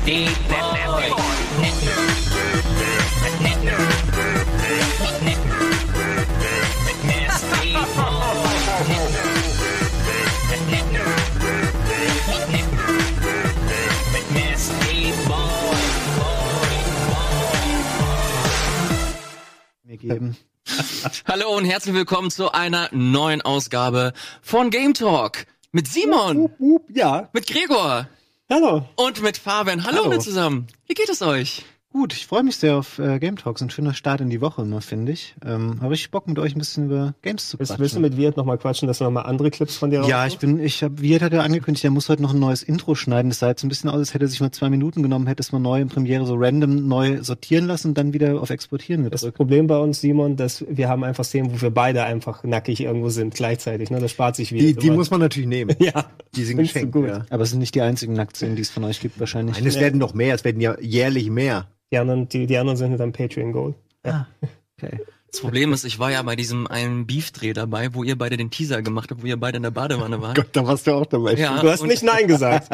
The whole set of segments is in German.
Geben. Hallo und herzlich willkommen zu einer neuen Ausgabe von Game Talk mit Simon, Ja, mit Gregor hallo. und mit Fabian. Hallo alle zusammen. Wie geht es euch? Gut, ich freue mich sehr auf Game Talks. Ein schöner Start in die Woche immer, finde ich. Habe richtig Bock, mit euch ein bisschen über Games zu quatschen. Willst du mit Wirt nochmal quatschen, dass du nochmal andere Clips von dir Ja, Wirt hat ja angekündigt, er muss heute noch ein neues Intro schneiden. Das sah jetzt ein bisschen aus, als hätte er sich mal 2 Minuten genommen, hätte es mal neu in Premiere so random neu sortieren lassen und dann wieder auf Exportieren gedrückt. Das Problem bei uns, Simon, dass wir haben einfach Szenen, wo wir beide einfach nackig irgendwo sind gleichzeitig. Ne? Das spart sich wieder. Die muss man natürlich nehmen. Ja, die sind geschenkt. Gut. Ja. Aber es sind nicht die einzigen Nacktszenen, die es von euch gibt wahrscheinlich. Nein, es werden noch mehr, es werden ja jährlich mehr. Die anderen sind mit einem Patreon-Goal. Ja. Okay. Das Problem ist, ich war ja bei diesem einen Beef-Dreh dabei, wo ihr beide den Teaser gemacht habt, wo ihr beide in der Badewanne wart. Gott, da warst du auch dabei. Ja, Du hast nicht Nein gesagt.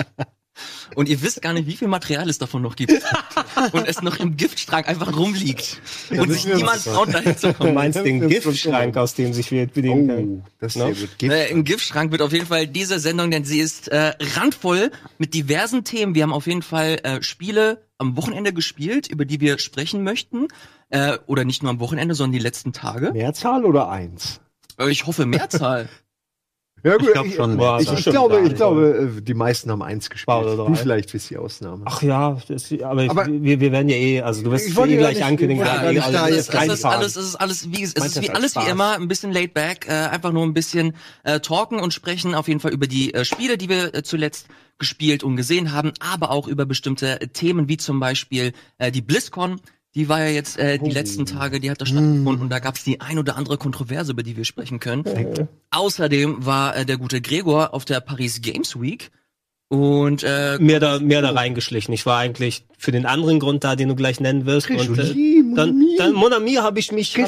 Und ihr wisst gar nicht, wie viel Material es davon noch gibt. Und es noch im Giftschrank einfach rumliegt. Und sich niemand traut, dahin zu Du kommen. meinst den Giftschrank, aus dem sich Wirt bedienen kann. Das ist sehr gut. Im Giftschrank wird auf jeden Fall diese Sendung, denn sie ist randvoll mit diversen Themen. Wir haben auf jeden Fall Spiele am Wochenende gespielt, über die wir sprechen möchten. Oder nicht nur am Wochenende, sondern die letzten Tage. Mehrzahl oder 1? Ich hoffe Mehrzahl. Ja, gut, Ich glaube schon. ich glaube, die meisten haben 1 gespielt. Oder Du vielleicht bist die Ausnahme. Ach ja, wir werden ja also du wirst Ich wollte gleich nicht- ankündigen. ich wollte Ja, gar nicht da jetzt es ist alles wie immer, ein bisschen laid back, einfach nur ein bisschen talken und sprechen, auf jeden Fall über die Spiele, die wir zuletzt gespielt und gesehen haben, aber auch über bestimmte Themen, wie zum Beispiel die BlizzCon. Die war ja jetzt die letzten Tage, die hat da stattgefunden und da gab es die ein oder andere Kontroverse, über die wir sprechen können. Außerdem war der gute Gregor auf der Paris Games Week und mehr da reingeschlichen. Ich war eigentlich für den anderen Grund da, den du gleich nennen wirst. Und dann Mon Ami habe ich mich...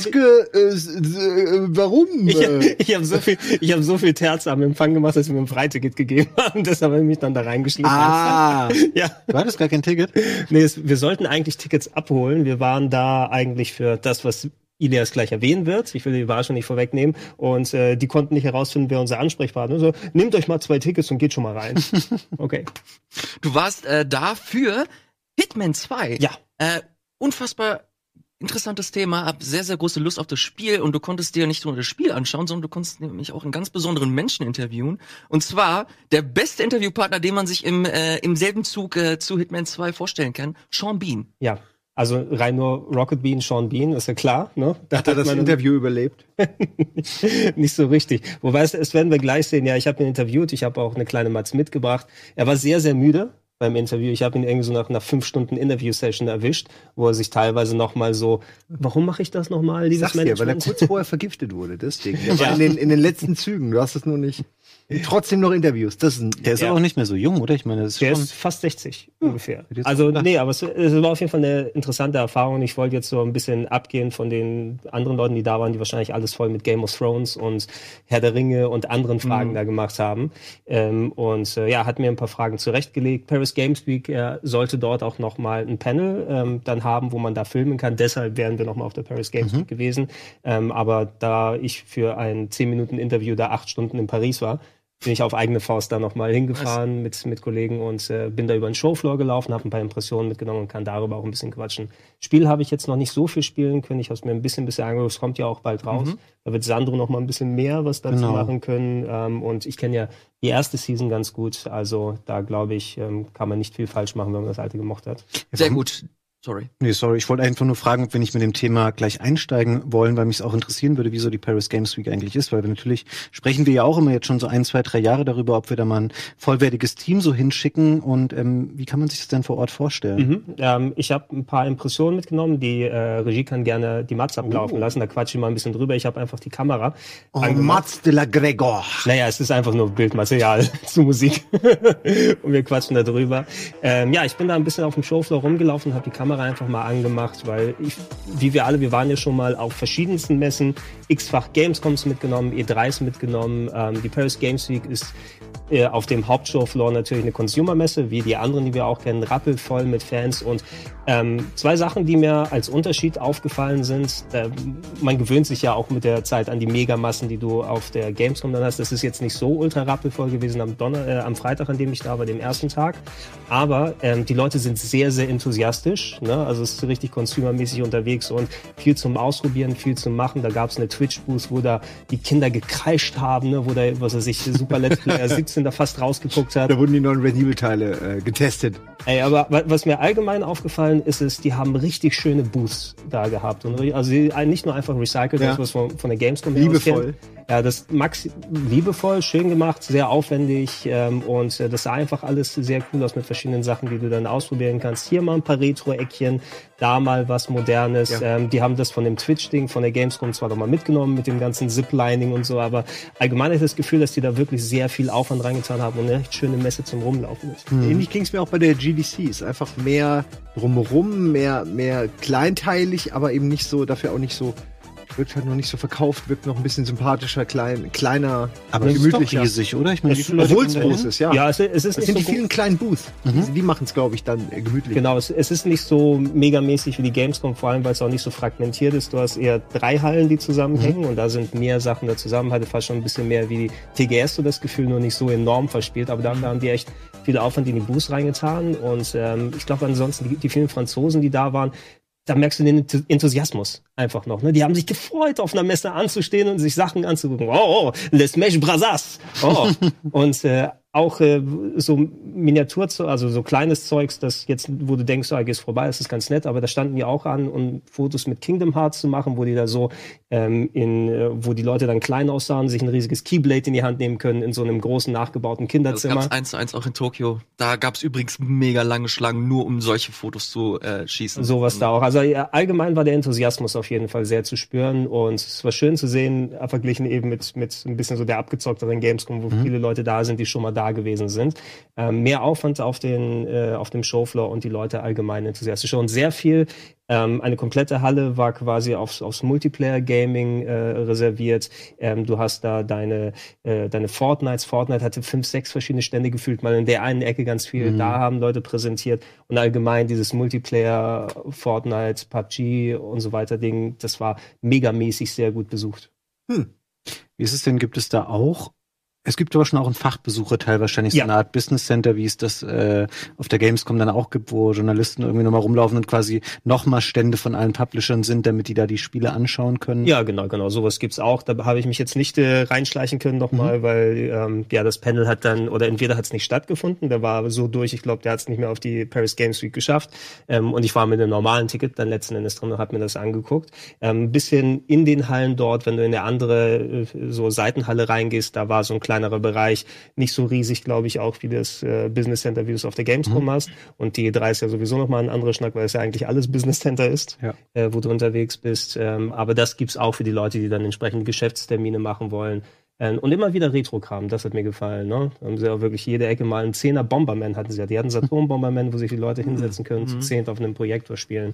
Warum? Ich habe so viel Terz am Empfang gemacht, dass sie mir ein Freiticket gegeben haben. Deshalb habe ich mich dann da reingeschlichen. Ja. Du hattest gar kein Ticket? Nee, wir sollten eigentlich Tickets abholen. Wir waren da eigentlich für das, was Ilias gleich erwähnen wird. Ich will die Überraschung nicht vorwegnehmen. Und die konnten nicht herausfinden, wer unser Ansprechpartner ist. So, nehmt euch mal 2 Tickets und geht schon mal rein. Okay. du warst da für Hitman 2. Ja. Unfassbar interessantes Thema, hab sehr, sehr große Lust auf das Spiel und du konntest dir nicht nur das Spiel anschauen, sondern du konntest nämlich auch einen ganz besonderen Menschen interviewen. Und zwar der beste Interviewpartner, den man sich im selben Zug zu Hitman 2 vorstellen kann, Sean Bean. Ja. Also rein nur Rocket Bean, Sean Bean, ist ja klar. Ne? Hat er das Interview überlebt? Nicht so richtig. Wobei, es werden wir gleich sehen. Ja, ich habe ihn interviewt, ich habe auch eine kleine Matz mitgebracht. Er war sehr, sehr müde beim Interview. Ich habe ihn irgendwie so nach 5 Stunden Interview-Session erwischt, wo er sich teilweise noch mal so, warum mache ich das nochmal, dieses Sag's dir, Management? weil er kurz vorher vergiftet wurde, deswegen. Der war in den letzten Zügen, du hast es nur nicht. Trotzdem noch Interviews. Der Der ist auch nicht mehr so jung, oder? Ich meine, das ist Der schon... ist fast 60 ungefähr. Hätte ich jetzt Also gedacht. nee, aber es war auf jeden Fall eine interessante Erfahrung. Ich wollte jetzt so ein bisschen abgehen von den anderen Leuten, die da waren, die wahrscheinlich alles voll mit Game of Thrones und Herr der Ringe und anderen Fragen da gemacht haben. Hat mir ein paar Fragen zurechtgelegt. Paris Games Week sollte dort auch noch mal ein Panel dann haben, wo man da filmen kann. Deshalb wären wir noch mal auf der Paris Games Week gewesen. Aber da ich für ein 10-Minuten-Interview da 8 Stunden in Paris war, bin ich auf eigene Faust da nochmal hingefahren mit Kollegen und bin da über den Showfloor gelaufen, habe ein paar Impressionen mitgenommen und kann darüber auch ein bisschen quatschen. Spiel habe ich jetzt noch nicht so viel spielen können. Ich habe es mir ein bisschen angeguckt. Es kommt ja auch bald raus. Da wird Sandro noch mal ein bisschen mehr was dazu machen können. Und ich kenne ja die erste Season ganz gut. Also da glaube ich, kann man nicht viel falsch machen, wenn man das alte gemocht hat. Sehr gut. Sorry. Nee, sorry. Ich wollte einfach nur fragen, ob wir nicht mit dem Thema gleich einsteigen wollen, weil mich es auch interessieren würde, wieso die Paris Games Week eigentlich ist, weil wir natürlich sprechen wir ja auch immer jetzt schon so 1, 2, 3 Jahre darüber, ob wir da mal ein vollwertiges Team so hinschicken und wie kann man sich das denn vor Ort vorstellen? Ich habe ein paar Impressionen mitgenommen. Die Regie kann gerne die Matz ablaufen lassen. Da quatsche ich mal ein bisschen drüber. Ich habe einfach die Kamera angemacht. Mats de la Gregor. Naja, es ist einfach nur Bildmaterial zu Musik. Und wir quatschen da drüber. Ich bin da ein bisschen auf dem Showfloor rumgelaufen und habe die Kamera einfach mal angemacht, weil wir waren ja schon mal auf verschiedensten Messen, x-fach Gamescoms mitgenommen, E3s mitgenommen. Die Paris Games Week ist auf dem Hauptshowfloor natürlich eine Consumer-Messe, wie die anderen, die wir auch kennen, rappelvoll mit Fans. Und zwei Sachen, die mir als Unterschied aufgefallen sind. Man gewöhnt sich ja auch mit der Zeit an die Megamassen, die du auf der Gamescom dann hast. Das ist jetzt nicht so ultra rappelvoll gewesen am Freitag, an dem ich da war, dem ersten Tag. Aber die Leute sind sehr, sehr enthusiastisch. Ne? Also es ist richtig consumermäßig unterwegs und viel zum Ausprobieren, viel zum Machen. Da gab es eine Twitch-Booth, wo da die Kinder gekreischt haben, ne? Wo da, was weiß ich, Super Let's Player 17 da fast rausgeguckt hat. Da wurden die neuen Resident Evil-Teile getestet. Ey, aber was mir allgemein aufgefallen ist, die haben richtig schöne Booths da gehabt. Und also nicht nur einfach recycelt, das was von der Gamescom liebevoll. Ja, das liebevoll, schön gemacht, sehr aufwendig und das sah einfach alles sehr cool aus mit verschiedenen Sachen, die du dann ausprobieren kannst. Hier mal ein paar Retro-Eckchen, da mal was Modernes. Ja. Die haben das von dem Twitch-Ding, von der Gamescom zwar nochmal mitgenommen mit dem ganzen Ziplining und so, aber allgemein habe ich das Gefühl, dass die da wirklich sehr viel Aufwand reingetan haben und eine recht schöne Messe zum Rumlaufen ist. Ähnlich ging es mir auch bei der GDC. Ist einfach mehr drumherum, mehr kleinteilig, aber eben nicht so, dafür auch nicht so. Wird halt noch nicht so verkauft, wirkt noch ein bisschen sympathischer, kleiner, aber gemütlicher. Ist doch riesig, oder? Ich meine, obwohl es groß ist, ja. Ja, es ist das nicht sind so die vielen kleinen Booths. Die machen es, glaube ich, dann gemütlich. Genau, es ist nicht so megamäßig wie die Gamescom, vor allem, weil es auch nicht so fragmentiert ist. Du hast eher 3 Hallen, die zusammenhängen und da sind mehr Sachen da zusammen. Hatte fast schon ein bisschen mehr wie die TGS, so das Gefühl, nur nicht so enorm verspielt. Aber da haben die echt viel Aufwand in die Booths reingetan und ich glaube ansonsten, die vielen Franzosen, die da waren, da merkst du den Enthusiasmus einfach noch. Ne? Die haben sich gefreut, auf einer Messe anzustehen und sich Sachen anzugucken. Oh, Les Mèches Brassas. Oh. Und auch so Miniaturzeug, also so kleines Zeugs, das jetzt, wo du denkst, oh, gehst vorbei, das ist ganz nett, aber da standen die auch an, um Fotos mit Kingdom Hearts zu machen, wo die da so wo die Leute dann klein aussahen, sich ein riesiges Keyblade in die Hand nehmen können in so einem großen nachgebauten Kinderzimmer. Das gab's 1:1 auch in Tokio. Da gab's übrigens mega lange Schlangen, nur um solche Fotos zu schießen. Sowas da auch. Also ja, allgemein war der Enthusiasmus auf jeden Fall sehr zu spüren und es war schön zu sehen, verglichen eben mit ein bisschen so der abgezockteren Gamescom, wo viele Leute da sind, die schon mal da gewesen sind. Mehr Aufwand auf dem Showfloor und die Leute allgemein enthusiastischer und sehr viel. Eine komplette Halle war quasi aufs Multiplayer-Gaming reserviert. Du hast da deine Fortnites. Fortnite hatte 5, 6 verschiedene Stände gefühlt, mal in der einen Ecke ganz viel. Da haben Leute präsentiert. Und allgemein dieses Multiplayer, Fortnite, PUBG und so weiter Ding, das war megamäßig sehr gut besucht. Wie ist es denn, gibt es da auch? Es gibt aber schon auch einen Fachbesucherteil, wahrscheinlich so eine Art Business Center, wie es das auf der Gamescom dann auch gibt, wo Journalisten irgendwie nochmal rumlaufen und quasi nochmal Stände von allen Publishern sind, damit die da die Spiele anschauen können. Ja, genau. Sowas gibt's auch. Da habe ich mich jetzt nicht reinschleichen können nochmal, weil das Panel hat dann, oder entweder hat es nicht stattgefunden, der war so durch, ich glaube, der hat es nicht mehr auf die Paris Games Week geschafft. Und ich war mit einem normalen Ticket dann letzten Endes drin und habe mir das angeguckt. Ein bisschen in den Hallen dort, wenn du in der andere so Seitenhalle reingehst, da war so ein kleinerer Bereich, nicht so riesig, glaube ich, auch wie das Business Center, wie du es auf der Gamescom hast. Und die E3 ist ja sowieso nochmal ein anderer Schnack, weil es ja eigentlich alles Business Center ist, wo du unterwegs bist. Aber das gibt's auch für die Leute, die dann entsprechend Geschäftstermine machen wollen. Und immer wieder Retro-Kram, das hat mir gefallen. Ne? Da haben sie auch wirklich jede Ecke mal einen 10er Bomberman hatten sie ja. Die hatten Saturn-Bomberman, wo sich die Leute hinsetzen können, zu 10 auf einem Projektor spielen.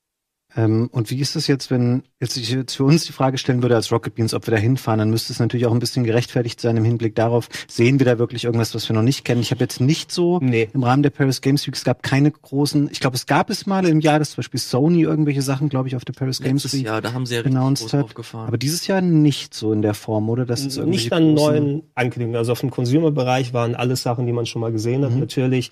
Und wie ist das jetzt, wenn ich jetzt für uns die Frage stellen würde als Rocket Beans, ob wir da hinfahren, dann müsste es natürlich auch ein bisschen gerechtfertigt sein im Hinblick darauf, sehen wir da wirklich irgendwas, was wir noch nicht kennen. Ich habe jetzt nicht so im Rahmen der Paris Games Week, es gab keine großen, ich glaube, es gab es mal im Jahr, dass zum Beispiel Sony irgendwelche Sachen, glaube ich, auf der Paris Games Week da haben sie ja richtig groß aufgefahren. Aber dieses Jahr nicht so in der Form, oder? Das ist nicht an neuen Ankündigungen. Also auf dem Consumer-Bereich waren alles Sachen, die man schon mal gesehen hat. Natürlich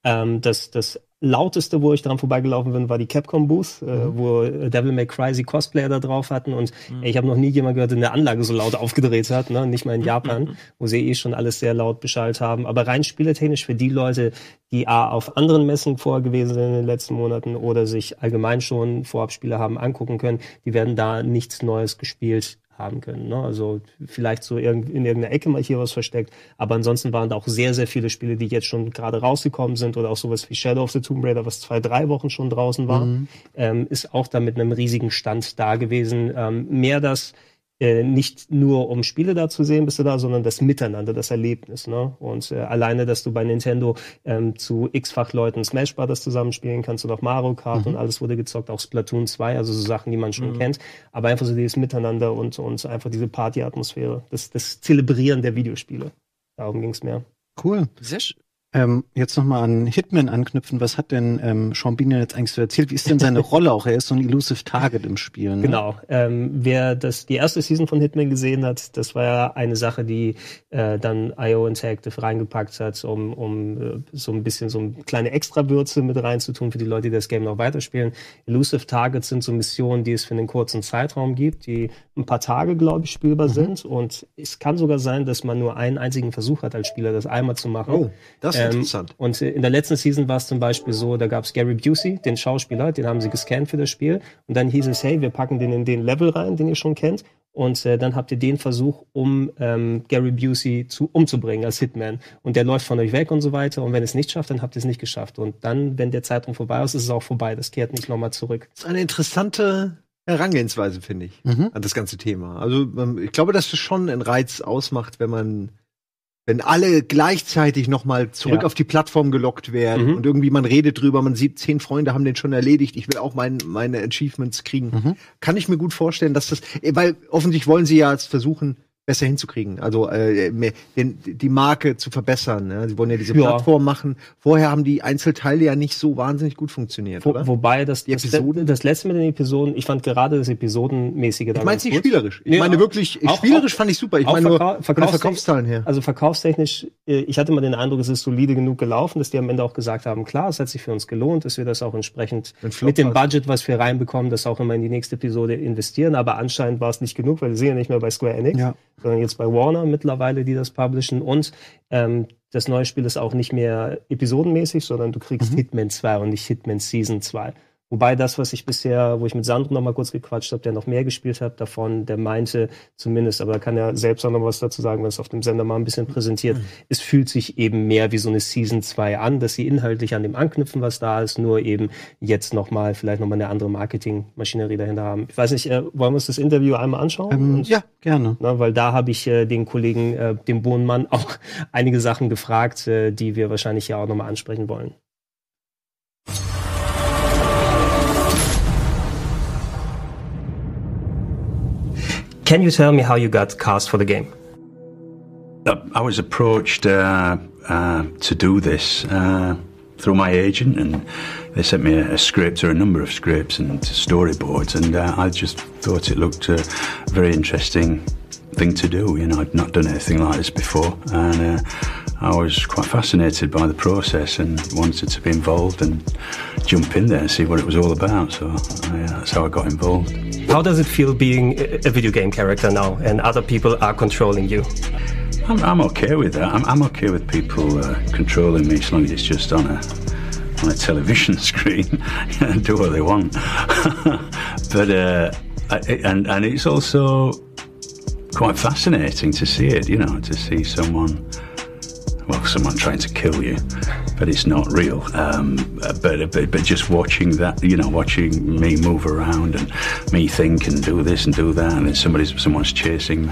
das lauteste, wo ich dran vorbeigelaufen bin, war die Capcom-Booth, wo Devil May Cry sie Cosplayer da drauf hatten und ich habe noch nie jemand gehört, der eine Anlage so laut aufgedreht hat, ne? Nicht mal in Japan, wo sie schon alles sehr laut beschallt haben. Aber rein spielertechnisch für die Leute, die auf anderen Messen vorher gewesen sind in den letzten Monaten oder sich allgemein schon Vorabspiele haben angucken können, die werden da nichts Neues gespielt haben können. Ne? Also vielleicht so in irgendeiner Ecke mal hier was versteckt, aber ansonsten waren da auch sehr, sehr viele Spiele, die jetzt schon gerade rausgekommen sind oder auch sowas wie Shadow of the Tomb Raider, was 2-3 Wochen schon draußen war, ist auch da mit einem riesigen Stand da gewesen. Mehr das nicht nur um Spiele da zu sehen bist du da, sondern das Miteinander, das Erlebnis. Ne? Und alleine, dass du bei Nintendo zu x-fach Leuten Smash Brothers zusammenspielen kannst und auch Mario Kart und alles wurde gezockt, auch Splatoon 2, also so Sachen, die man schon kennt. Aber einfach so dieses Miteinander und einfach diese Party-Atmosphäre, das Zelebrieren der Videospiele. Darum ging's mehr. Cool. Sehr schön. Jetzt nochmal an Hitman anknüpfen. Was hat denn Sean Bean jetzt eigentlich so erzählt? Wie ist denn seine Rolle auch? Er ist so ein elusive Target im Spiel. Ne? Genau. Wer die erste Season von Hitman gesehen hat, das war ja eine Sache, die dann IO Interactive reingepackt hat, um so ein bisschen so eine kleine Extrawürze mit reinzutun für die Leute, die das Game noch weiterspielen. Elusive Targets sind so Missionen, die es für einen kurzen Zeitraum gibt, die ein paar Tage, glaube ich, spielbar sind. Und es kann sogar sein, dass man nur einen einzigen Versuch hat als Spieler, das einmal zu machen. Oh, das ist interessant. Und in der letzten Season war es zum Beispiel so, da gab es Gary Busey, den Schauspieler, den haben sie gescannt für das Spiel. Und dann hieß es, hey, wir packen den in den Level rein, den ihr schon kennt. Und dann habt ihr den Versuch, um Gary Busey umzubringen als Hitman. Und der läuft von euch weg und so weiter. Und wenn es nicht schafft, dann habt ihr es nicht geschafft. Und dann, wenn der Zeitraum vorbei ist, ist es auch vorbei. Das kehrt nicht nochmal zurück. Das ist eine interessante Herangehensweise, finde ich, an das ganze Thema. Also ich glaube, dass das schon einen Reiz ausmacht, wenn alle gleichzeitig nochmal zurück auf die Plattform gelockt werden und irgendwie man redet drüber, man sieht, 10 Freunde haben den schon erledigt, ich will auch meine Achievements kriegen. Kann ich mir gut vorstellen, dass das, weil offensichtlich wollen sie ja jetzt versuchen, besser hinzukriegen, also die Marke zu verbessern. Ja? Sie wollen ja diese Plattform machen. Vorher haben die Einzelteile ja nicht so wahnsinnig gut funktioniert, oder? Wobei das letzte mit den Episoden, ich fand gerade das Episodenmäßige da. Ich meine es nicht spielerisch. Ich meine wirklich, spielerisch fand ich super. Ich meine nur von den Verkaufszahlen her. Also verkaufstechnisch, ich hatte mal den Eindruck, es ist solide genug gelaufen, dass die am Ende auch gesagt haben, klar, es hat sich für uns gelohnt, dass wir das auch entsprechend mit dem Budget, was wir reinbekommen, das auch immer in die nächste Episode investieren. Aber anscheinend war es nicht genug, weil wir sind ja nicht mehr bei Square Enix. Ja. Sondern jetzt bei Warner mittlerweile, die das publishen. Und das neue Spiel ist auch nicht mehr episodenmäßig, sondern du kriegst Hitman 2 und nicht Hitman Season 2. Wobei das, was ich bisher, wo ich mit Sandro noch mal kurz gequatscht habe, der noch mehr gespielt hat davon, der meinte zumindest, aber er kann ja selbst auch noch was dazu sagen, wenn es auf dem Sender mal ein bisschen präsentiert, es fühlt sich eben mehr wie so eine Season 2 an, dass sie inhaltlich an dem anknüpfen, was da ist, nur eben jetzt vielleicht noch mal eine andere Marketingmaschinerie dahinter haben. Ich weiß nicht, wollen wir uns das Interview einmal anschauen? Ja, gerne. Weil da habe ich den Kollegen, dem Bohnenmann, auch einige Sachen gefragt, die wir wahrscheinlich ja auch noch mal ansprechen wollen. Can you tell me how you got cast for the game? I was approached to do this through my agent, and they sent me a script or a number of scripts and storyboards, and I just thought it looked a very interesting thing to do. You know, I'd not done anything like this before, and I was quite fascinated by the process and wanted to be involved and jump in there and see what it was all about. So that's how I got involved. How does it feel being a video game character now and other people are controlling you? I'm okay with that. I'm okay with people controlling me as long as it's just on a television screen and do what they want. But and it's also quite fascinating to see it, you know, to see someone trying to kill you, but it's not real. But just watching that, you know, watching me move around and me think and do this and do that, and then someone's chasing me.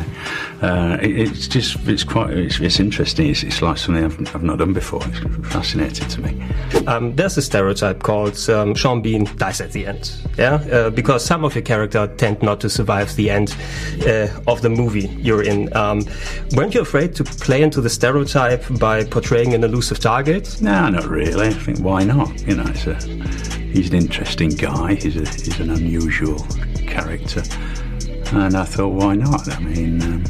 It's interesting. It's like something I've not done before. It's fascinating to me. There's a stereotype called Sean Bean dies at the end. Yeah, because some of your characters tend not to survive the end of the movie you're in. Weren't you afraid to play into the stereotype by portraying an elusive target? No, not really. I think, why not? You know, he's an interesting guy. He's an unusual character, and I thought, why not? I mean,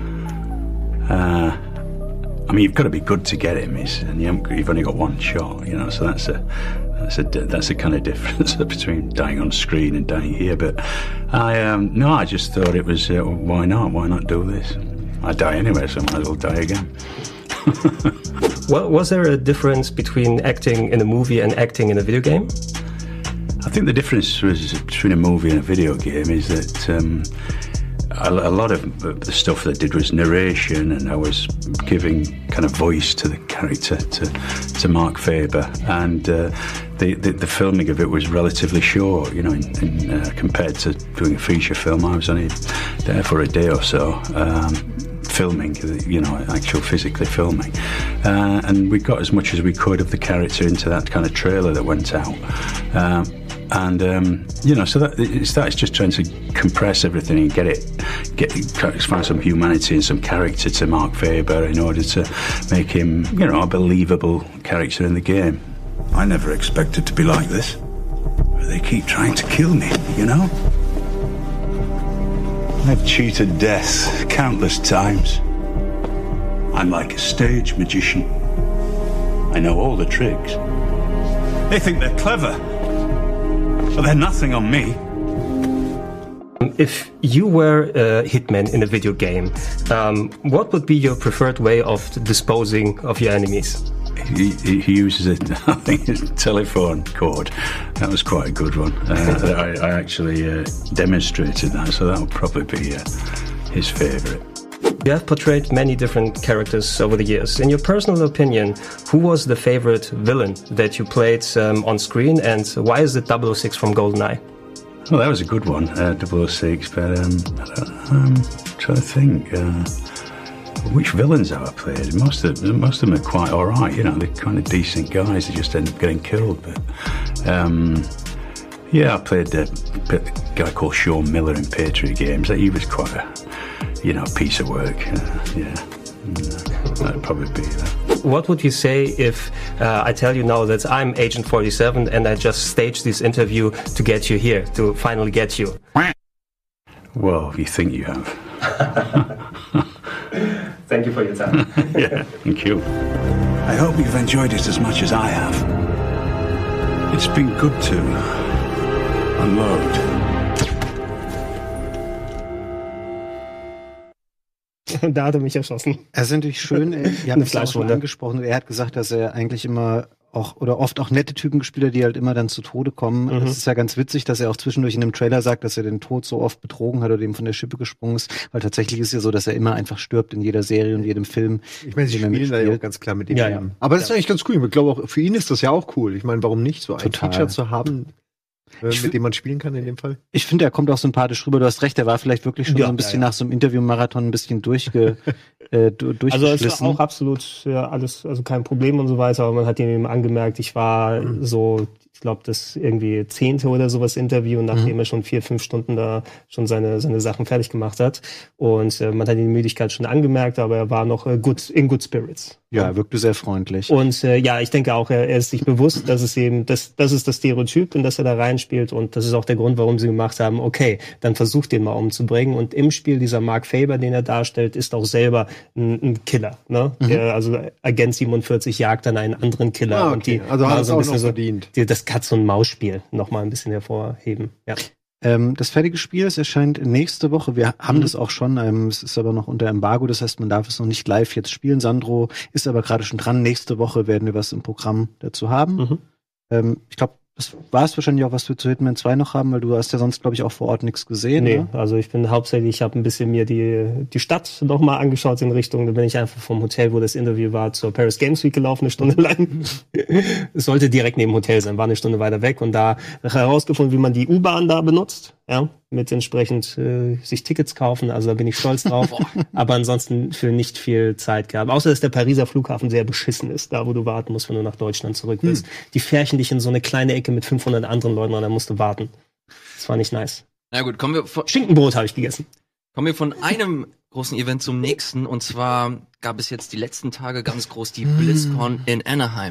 you've got to be good to get him, and you've only got one shot. You know, so that's a kind of difference between dying on screen and dying here. But I just thought it was why not? Why not do this? I die anyway, so I might as well die again. Well, was there a difference between acting in a movie and acting in a video game? I think the difference between a movie and a video game is that a lot of the stuff that I did was narration, and I was giving kind of voice to the character, to Mark Faber, and the filming of it was relatively short, you know, compared to doing a feature film. I was only there for a day or so. Filming, you know, actual physically filming, and we got as much as we could of the character into that kind of trailer that went out. And so that's just trying to compress everything and find some humanity and some character to Mark Faber in order to make him, a believable character in the game. I never expected to be like this. They keep trying to kill me, I've cheated death countless times. I'm like a stage magician. I know all the tricks. They think they're clever. But they're nothing on me. If you were a hitman in a video game, what would be your preferred way of disposing of your enemies? He uses a telephone cord. That was quite a good one. I actually demonstrated that, so that would probably be his favourite. You have portrayed many different characters over the years. In your personal opinion, who was the favorite villain that you played on screen, and why is it 006 from GoldenEye? Well, that was a good one, 006, but I'm trying to think. Which villains have I played? Most of them are quite all right. They're kind of decent guys. They just end up getting killed. But I played a guy called Sean Miller in Patriot Games. He was quite a piece of work. That'd probably be that. What would you say if I tell you now that I'm Agent 47 and I just staged this interview to get you here, to finally get you? Well, you think you have. Thank you for your time. Yeah, thank you. I hope you've enjoyed it as much as I have. It's been good to unload. Da hat er mich erschossen. Es ist natürlich schön, ihr habt es auch schon angesprochen, er hat gesagt, dass er eigentlich immer oft auch nette Typen gespielt hat, die halt immer dann zu Tode kommen. Es ist ja ganz witzig, dass er auch zwischendurch in einem Trailer sagt, dass er den Tod so oft betrogen hat oder ihm von der Schippe gesprungen ist, weil tatsächlich ist ja so, dass er immer einfach stirbt in jeder Serie und jedem Film. Ich meine, sie spielen da ja auch ganz klar mit ihm. Ja. Aber das ist eigentlich ganz cool. Ich glaube auch, für ihn ist das ja auch cool. Ich meine, warum nicht, so ein Feature zu haben, mit dem man spielen kann in dem Fall? Ich finde, er kommt auch sympathisch rüber. Du hast recht, er war vielleicht wirklich schon so ein bisschen nach so einem Interview-Marathon ein bisschen durchgeschlissen. Also es war auch absolut alles, also kein Problem und so weiter, aber man hat ihm eben angemerkt, ich war so, ich glaube, das irgendwie 10. oder sowas Interview, nachdem er schon 4-5 Stunden da schon seine Sachen fertig gemacht hat. Und man hat die Müdigkeit schon angemerkt, aber er war noch in good spirits. Ja, er wirkte sehr freundlich. Und ich denke auch, er ist sich bewusst, dass es eben, das ist das Stereotyp, in das er da reinspielt. Und das ist auch der Grund, warum sie gemacht haben, okay, dann versucht den mal umzubringen. Und im Spiel dieser Mark Faber, den er darstellt, ist auch selber ein Killer. Ne? Also Agent 47 jagt dann einen anderen Killer. Okay. Und die also hat es auch noch verdient. Das Katz-und-Maus-Spiel noch mal ein bisschen hervorheben. Ja. Das fertige Spiel, es erscheint nächste Woche. Wir haben das auch schon. Es ist aber noch unter Embargo. Das heißt, man darf es noch nicht live jetzt spielen. Sandro ist aber gerade schon dran. Nächste Woche werden wir was im Programm dazu haben. Ich glaube, das war es wahrscheinlich auch, was wir zu Hitman 2 noch haben, weil du hast ja sonst, glaube ich, auch vor Ort nichts gesehen. Nee, ne? Also ich habe ein bisschen mir die Stadt noch mal angeschaut in Richtung, da bin ich einfach vom Hotel, wo das Interview war, zur Paris Games Week gelaufen, eine Stunde lang. Es sollte direkt neben dem Hotel sein, war eine Stunde weiter weg und da herausgefunden, wie man die U-Bahn da benutzt, mit entsprechend sich Tickets kaufen, also da bin ich stolz drauf, aber ansonsten für nicht viel Zeit gehabt. Außer, dass der Pariser Flughafen sehr beschissen ist, da wo du warten musst, wenn du nach Deutschland zurück willst. Die färchen dich in so eine kleine Ecke mit 500 anderen Leuten und dann musst du warten. Das war nicht nice. Na gut, Schinkenbrot habe ich gegessen. Kommen wir von einem großen Event zum nächsten, und zwar gab es jetzt die letzten Tage ganz groß die BlizzCon in Anaheim.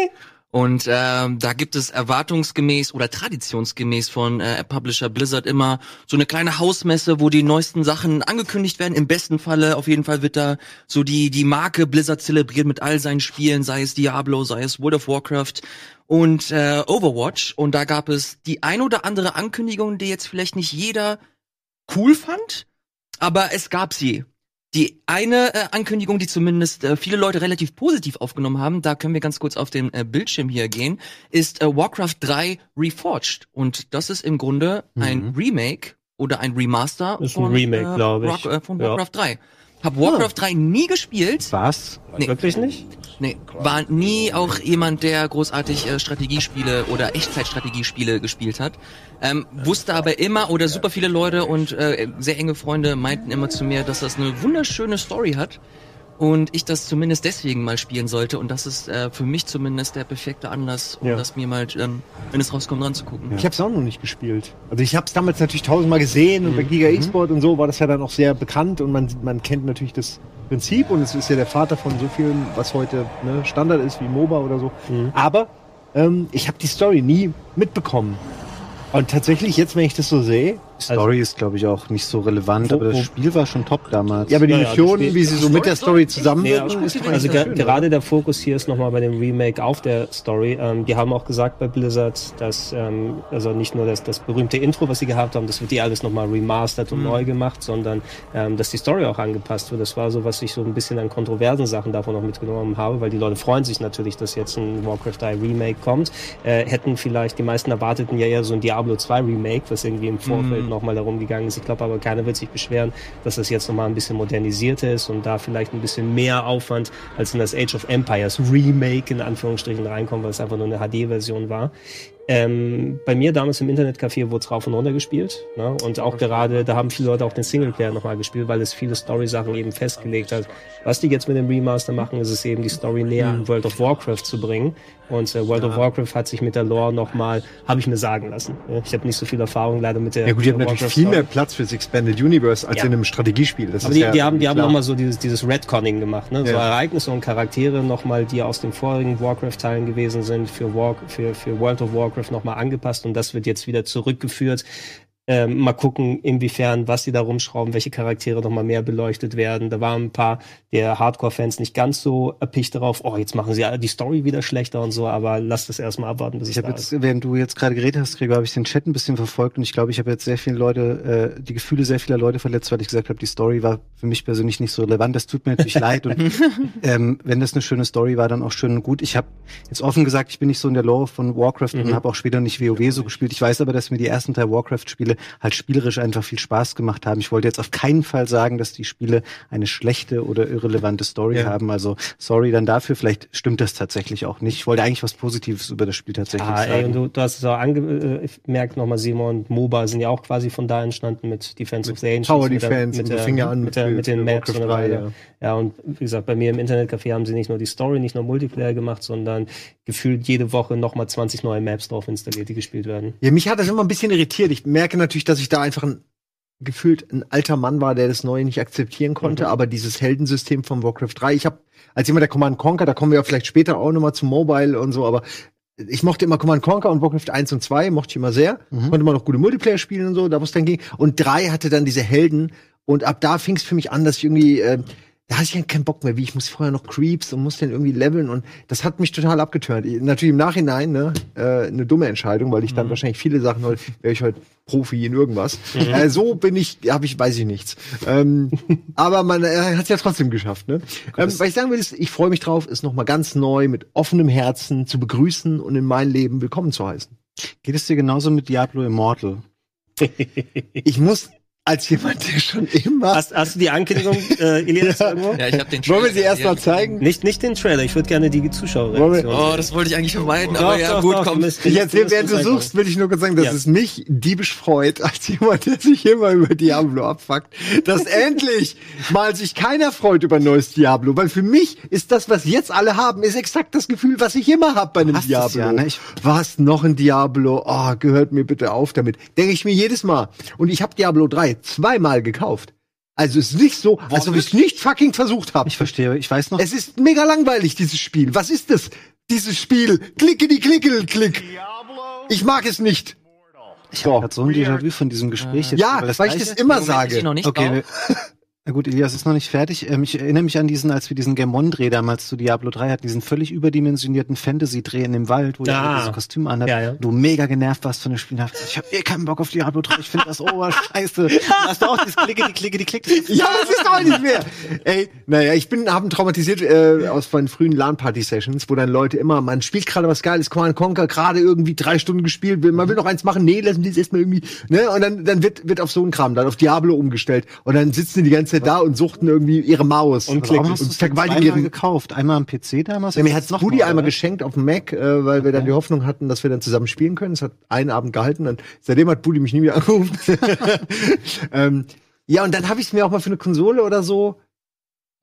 Und da gibt es erwartungsgemäß oder traditionsgemäß von Publisher Blizzard immer so eine kleine Hausmesse, wo die neuesten Sachen angekündigt werden. Im besten Falle auf jeden Fall wird da so die Marke Blizzard zelebriert mit all seinen Spielen, sei es Diablo, sei es World of Warcraft und Overwatch. Und da gab es die ein oder andere Ankündigung, die jetzt vielleicht nicht jeder cool fand, aber es gab sie. Die eine Ankündigung, die zumindest viele Leute relativ positiv aufgenommen haben, da können wir ganz kurz auf den Bildschirm hier gehen, ist Warcraft 3 Reforged. Und das ist im Grunde ein Remake oder ein Remaster von Remake, glaube ich. Von Warcraft 3. Hab Warcraft 3 nie gespielt. Was? Nee. Wirklich nicht? Nee, war nie auch jemand, der großartig Strategiespiele oder Echtzeitstrategiespiele gespielt hat. Wusste aber immer, oder super viele Leute und sehr enge Freunde meinten immer zu mir, dass das eine wunderschöne Story hat. und ich das zumindest deswegen mal spielen sollte. Und das ist für mich zumindest der perfekte Anlass, um das mir mal, wenn es rauskommt, ranzugucken. Ich habe es auch noch nicht gespielt. Also ich habe es damals natürlich 1000-mal gesehen und bei Giga eSport und so war das ja dann auch sehr bekannt und man kennt natürlich das Prinzip und es ist ja der Vater von so vielen, was heute Standard ist, wie MOBA oder so. Aber ich habe die Story nie mitbekommen. Und tatsächlich, jetzt, wenn ich das so sehe... Die Story ist, glaube ich, auch nicht so relevant, aber das Spiel war schon top damals. Ja, aber die Missionen, wie sie so mit der Story zusammenwirken, ist also gerade der Fokus hier ist nochmal bei dem Remake auf der Story. Die haben auch gesagt bei Blizzard, dass also nicht nur das berühmte Intro, was sie gehabt haben, das wird die alles nochmal remastert und neu gemacht, sondern dass die Story auch angepasst wird. Das war so, was ich so ein bisschen an kontroversen Sachen davon noch mitgenommen habe, weil die Leute freuen sich natürlich, dass jetzt ein Warcraft 3 Remake kommt. Hätten vielleicht, die meisten erwarteten ja eher so ein Diablo 2 Remake, was irgendwie im Vorfeld nochmal darum gegangen ist. Ich glaube aber, keiner wird sich beschweren, dass das jetzt nochmal ein bisschen modernisiert ist und da vielleicht ein bisschen mehr Aufwand als in das Age of Empires Remake in Anführungsstrichen reinkommt, weil es einfach nur eine HD-Version war. Bei mir damals im Internetcafé wurde es rauf und runter gespielt, ne? Und auch gerade, da haben viele Leute auch den Singleplayer nochmal gespielt, weil es viele Story-Sachen eben festgelegt hat. Was die jetzt mit dem Remaster machen, ist es eben, die Story näher an World of Warcraft zu bringen. Und World of Warcraft hat sich mit der Lore nochmal, habe ich mir sagen lassen. Ich habe nicht so viel Erfahrung leider mit der. Ja gut, die haben natürlich viel mehr Platz fürs Expanded Universe als in einem Strategiespiel. Das aber die haben nochmal so dieses Redconning gemacht, ne? So Ereignisse und Charaktere nochmal, die aus den vorigen Warcraft-Teilen gewesen sind, für World of Warcraft nochmal angepasst und das wird jetzt wieder zurückgeführt. Mal gucken, inwiefern, was sie da rumschrauben, welche Charaktere noch mal mehr beleuchtet werden. Da waren ein paar der Hardcore-Fans nicht ganz so erpicht darauf, jetzt machen sie die Story wieder schlechter und so, aber lass das erstmal abwarten, bis ich habe jetzt, während du jetzt gerade geredet hast, Gregor, habe ich den Chat ein bisschen verfolgt und ich glaube, ich habe jetzt sehr viele Leute, die Gefühle sehr vieler Leute verletzt, weil ich gesagt habe, die Story war für mich persönlich nicht so relevant. Das tut mir natürlich leid und wenn das eine schöne Story war, dann auch schön und gut. Ich habe jetzt offen gesagt, ich bin nicht so in der Lore von Warcraft und habe auch später nicht WoW so gespielt. Ich weiß aber, dass mir die ersten 3 Warcraft-Spiele halt spielerisch einfach viel Spaß gemacht haben. Ich wollte jetzt auf keinen Fall sagen, dass die Spiele eine schlechte oder irrelevante Story haben. Also sorry dann dafür, vielleicht stimmt das tatsächlich auch nicht. Ich wollte eigentlich was Positives über das Spiel tatsächlich sagen. Und du hast es auch angemerkt nochmal, Simon, MOBA sind ja auch quasi von da entstanden mit Defense of the Ancients. Tower Defense, mit den Maps und so weiter. Ja, und wie gesagt, bei mir im Internetcafé haben sie nicht nur die Story, nicht nur Multiplayer gemacht, sondern gefühlt jede Woche nochmal 20 neue Maps drauf installiert, die gespielt werden. Ja, mich hat das immer ein bisschen irritiert. Ich merke natürlich, dass ich da einfach gefühlt ein alter Mann war, der das Neue nicht akzeptieren konnte, aber dieses Heldensystem von Warcraft 3, ich habe als jemand der Command & Conquer, da kommen wir ja vielleicht später auch nochmal zu Mobile und so, aber ich mochte immer Command & Conquer und Warcraft 1 und 2, mochte ich immer sehr, konnte man noch gute Multiplayer spielen und so, da wo es dann ging, und 3 hatte dann diese Helden und ab da fing es für mich an, dass ich irgendwie da hatte ich keinen Bock mehr, ich muss vorher noch Creeps und muss dann irgendwie leveln und das hat mich total abgeturnt. Natürlich im Nachhinein eine dumme Entscheidung, weil ich dann wahrscheinlich viele Sachen wäre ich heute Profi in irgendwas. So weiß ich nichts. Aber man hat es ja trotzdem geschafft. Ne? Was ich sagen will, ist, ich freue mich drauf, es nochmal ganz neu mit offenem Herzen zu begrüßen und in mein Leben willkommen zu heißen. Geht es dir genauso mit Diablo Immortal? Ich muss als jemand, der schon immer... Hast du die Ankündigung, Elias, irgendwo? Ja, ich hab den Trailer. Wollen wir sie erst mal zeigen? Nicht den Trailer, ich würde gerne die Zuschauerreaktion. Das wollte ich eigentlich vermeiden, aber ja, gut, komm. Ich erzähle, während du suchst, will ich nur kurz sagen, dass es mich diebisch freut, als jemand, der sich immer über Diablo abfuckt, dass endlich mal sich keiner freut über ein neues Diablo, weil für mich ist das, was jetzt alle haben, ist exakt das Gefühl, was ich immer habe bei einem Diablo. Ja, ne? Was, noch ein Diablo? Gehört mir bitte auf damit. Denke ich mir jedes Mal. Und ich habe Diablo 3 2-mal gekauft. Also es ist nicht so, als ob ich es nicht fucking versucht habe. Ich verstehe, ich weiß noch. Es ist mega langweilig, dieses Spiel. Was ist das? Dieses Spiel. Klick. Ich mag es nicht. Ich habe so ein Déjà-vu von diesem Gespräch. Ja, weil ich das immer sage. Okay. Na gut, Elias ist noch nicht fertig. Ich erinnere mich an als wir diesen Game One-Dreh damals zu Diablo 3 hatten, diesen völlig überdimensionierten Fantasy-Dreh in dem Wald, wo er dieses Kostüm anhat. Ja. Du mega genervt warst von dem Spiel. Ich habe keinen Bock auf Diablo 3, ich finde das scheiße. Hast du auch dieses Klick. Ja, das ist doch nicht mehr. Ey, naja, habe traumatisiert aus meinen frühen LAN-Party-Sessions, wo dann Leute immer, man spielt gerade was Geiles, Command & Conquer, gerade irgendwie 3 Stunden gespielt, man will noch eins machen, nee, lassen die es erstmal irgendwie, ne? Und dann wird auf so einen Kram, dann auf Diablo umgestellt. Und dann sitzen die ganze Zeit da und suchten irgendwie ihre Maus. Und warum hast du es zweimal gekauft? Einmal am PC damals? Ja, mir hat's Buddy einmal geschenkt auf dem Mac, weil wir dann die Hoffnung hatten, dass wir dann zusammen spielen können. Es hat einen Abend gehalten. Und seitdem hat Buddy mich nie wieder angerufen. Ja, und dann habe ich es mir auch mal für eine Konsole oder so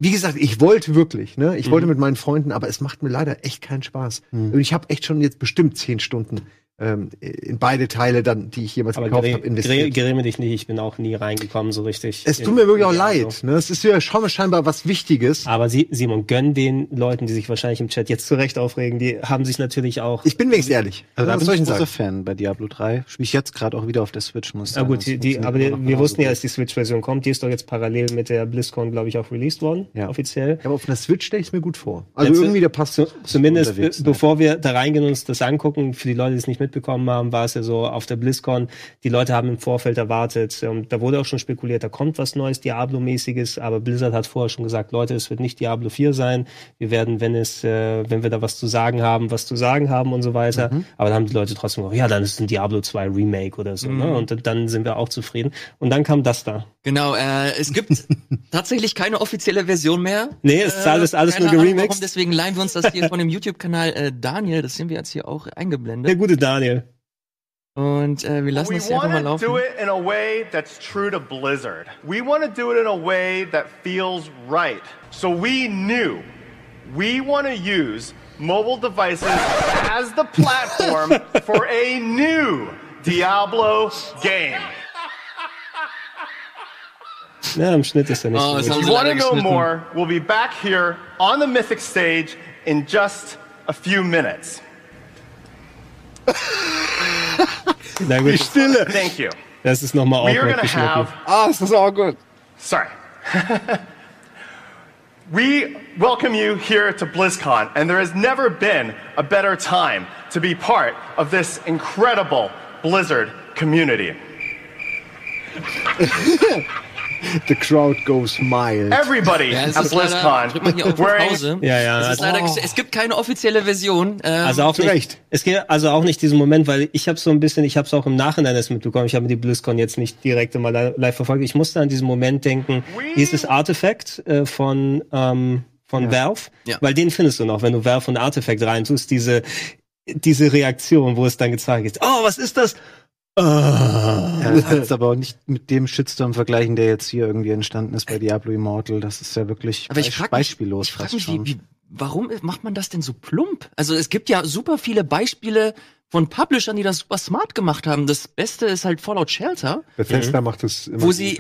wie gesagt, ich wollte wirklich, ne? Ich wollte mit meinen Freunden, aber es macht mir leider echt keinen Spaß. Und ich habe echt schon jetzt bestimmt 10 Stunden in beide Teile dann, die ich jemals gekauft habe, investiert. Gräme dich nicht, ich bin auch nie reingekommen so richtig. Es tut mir wirklich auch leid. Ne? Es ist ja schon scheinbar was Wichtiges. Aber Simon, gönn den Leuten, die sich wahrscheinlich im Chat jetzt zu Recht aufregen, die haben sich natürlich auch... Ich bin wenigstens ehrlich. Also da bin ich ein großer Fan bei Diablo 3. Spiele ich jetzt gerade auch wieder auf der Switch. Na gut, wir wussten ja, dass die Switch-Version kommt. Die ist doch jetzt parallel mit der BlizzCon, glaube ich, auch released worden, offiziell. Aber auf einer Switch stelle ich es mir gut vor. Also irgendwie, der passt zumindest bevor wir da reingehen und uns das angucken, für die Leute, die es nicht mitbekommen haben, war es ja so auf der BlizzCon, die Leute haben im Vorfeld erwartet, da wurde auch schon spekuliert, da kommt was Neues, Diablo-mäßiges, aber Blizzard hat vorher schon gesagt, Leute, es wird nicht Diablo 4 sein, wir werden, wenn wir da was zu sagen haben und so weiter, aber dann haben die Leute trotzdem gesagt, ja, dann ist ein Diablo 2 Remake oder so, ne? Und dann sind wir auch zufrieden. Und dann kam das da. Genau, es gibt tatsächlich keine offizielle Version mehr. Nee, es ist alles nur geremixed. Deswegen leihen wir uns das hier von dem YouTube-Kanal Daniel, das sehen wir jetzt hier auch eingeblendet. Der gute Daniel. Und wir lassen das hier einfach mal laufen. We want to do it in a way that's true to Blizzard. We want to do it in a way that feels right. So we knew we want to use mobile devices as the platform for a new Diablo game. Ja, im Schnitt ist er nicht so If you want to know more, we'll be back here on the Mythic stage in just a few minutes. Na gut. Die Stille. Thank you. Das ist nochmal awkward geschnitten. Ist das auch gut. Sorry. We welcome you here to BlizzCon, and there has never been a better time to be part of this incredible Blizzard community. The crowd goes mild. Everybody at BlizzCon wearing... Es gibt keine offizielle Version. Also auch nicht, es gibt also auch nicht diesen Moment, weil ich habe es auch im Nachhinein erst mitbekommen. Ich habe die BlizzCon jetzt nicht direkt mal live verfolgt. Ich musste an diesen Moment denken, dieses Artifact von Valve, weil den findest du noch, wenn du Valve und Artifact reintust, diese Reaktion, wo es dann gezeigt ist. Oh, was ist das? Das heißt aber auch nicht mit dem Shitstorm vergleichen, der jetzt hier irgendwie entstanden ist bei Diablo Immortal. Das ist ja wirklich beispiellos. Ich frage mich, warum macht man das denn so plump? Also es gibt ja super viele Beispiele von Publishern, die das super smart gemacht haben. Das Beste ist halt Fallout Shelter. Bethesda macht das immer wo sie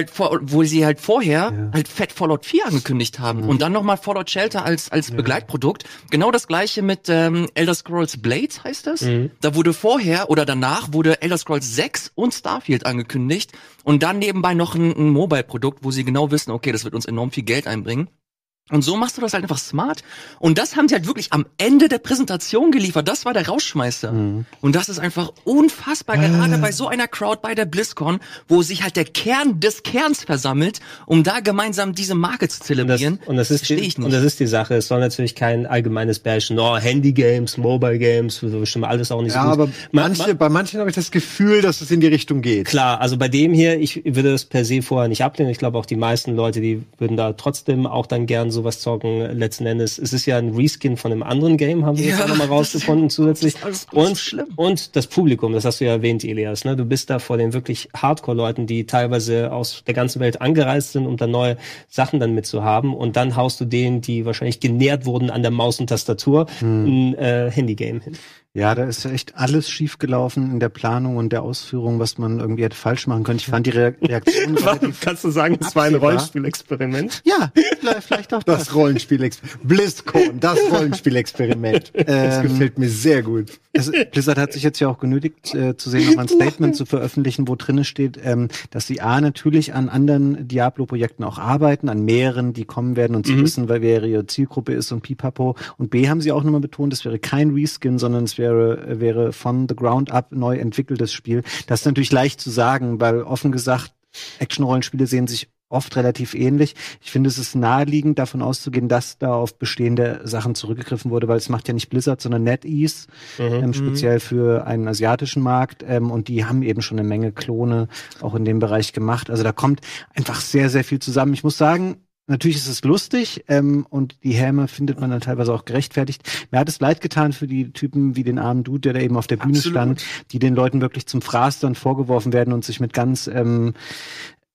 halt vorher halt fett Fallout 4 angekündigt haben und dann nochmal Fallout Shelter als Begleitprodukt. Genau das gleiche mit Elder Scrolls Blades heißt das. Da wurde vorher oder danach wurde Elder Scrolls 6 und Starfield angekündigt und dann nebenbei noch ein Mobile-Produkt, wo sie genau wissen, okay, das wird uns enorm viel Geld einbringen. Und so machst du das halt einfach smart. Und das haben sie halt wirklich am Ende der Präsentation geliefert. Das war der Rausschmeißer. Und das ist einfach unfassbar, gerade bei so einer Crowd bei der BlizzCon, wo sich halt der Kern des Kerns versammelt, um da gemeinsam diese Marke zu zelebrieren. Das ist die Sache. Es soll natürlich kein allgemeines Bashen. Handy-Games, Mobile-Games, so bestimmt alles auch nicht so gut. Aber bei manchen habe ich das Gefühl, dass es in die Richtung geht. Klar, also bei dem hier, ich würde das per se vorher nicht ablehnen. Ich glaube auch die meisten Leute, die würden da trotzdem auch dann gern sowas zocken. Letzten Endes, es ist ja ein Reskin von einem anderen Game, haben wir jetzt auch nochmal rausgefunden zusätzlich. Und das Publikum, das hast du ja erwähnt, Elias, ne? Du bist da vor den wirklich Hardcore-Leuten, die teilweise aus der ganzen Welt angereist sind, um da neue Sachen dann mitzuhaben. Und dann haust du denen, die wahrscheinlich genährt wurden an der Maus und Tastatur, ein Handy-Game hin. Ja, da ist echt alles schiefgelaufen in der Planung und der Ausführung, was man irgendwie hätte falsch machen können. Ich fand die Reaktion relativ... Kannst du sagen, es war ein Rollenspielexperiment? Ja, vielleicht auch das Rollenspielexperiment. BlizzCon, das Rollenspielexperiment. Das gefällt mir sehr gut. Blizzard hat sich jetzt ja auch genötigt, zu sehen, nochmal ein Statement zu veröffentlichen, wo drinne steht, dass sie natürlich an anderen Diablo-Projekten auch arbeiten, an mehreren, die kommen werden und sie wissen, wer ihre Zielgruppe ist und pipapo. Und B haben sie auch nochmal betont, es wäre kein Reskin, sondern es wäre von the ground up neu entwickeltes Spiel. Das ist natürlich leicht zu sagen, weil offen gesagt, Action-Rollenspiele sehen sich oft relativ ähnlich. Ich finde, es ist naheliegend, davon auszugehen, dass da auf bestehende Sachen zurückgegriffen wurde, weil es macht ja nicht Blizzard, sondern NetEase, speziell für einen asiatischen Markt. Und die haben eben schon eine Menge Klone auch in dem Bereich gemacht. Also da kommt einfach sehr, sehr viel zusammen. Ich muss sagen, natürlich ist es lustig und die Häme findet man dann teilweise auch gerechtfertigt. Mir hat es leid getan für die Typen wie den armen Dude, der da eben auf der Bühne stand, die den Leuten wirklich zum Fraß dann vorgeworfen werden und sich mit ganz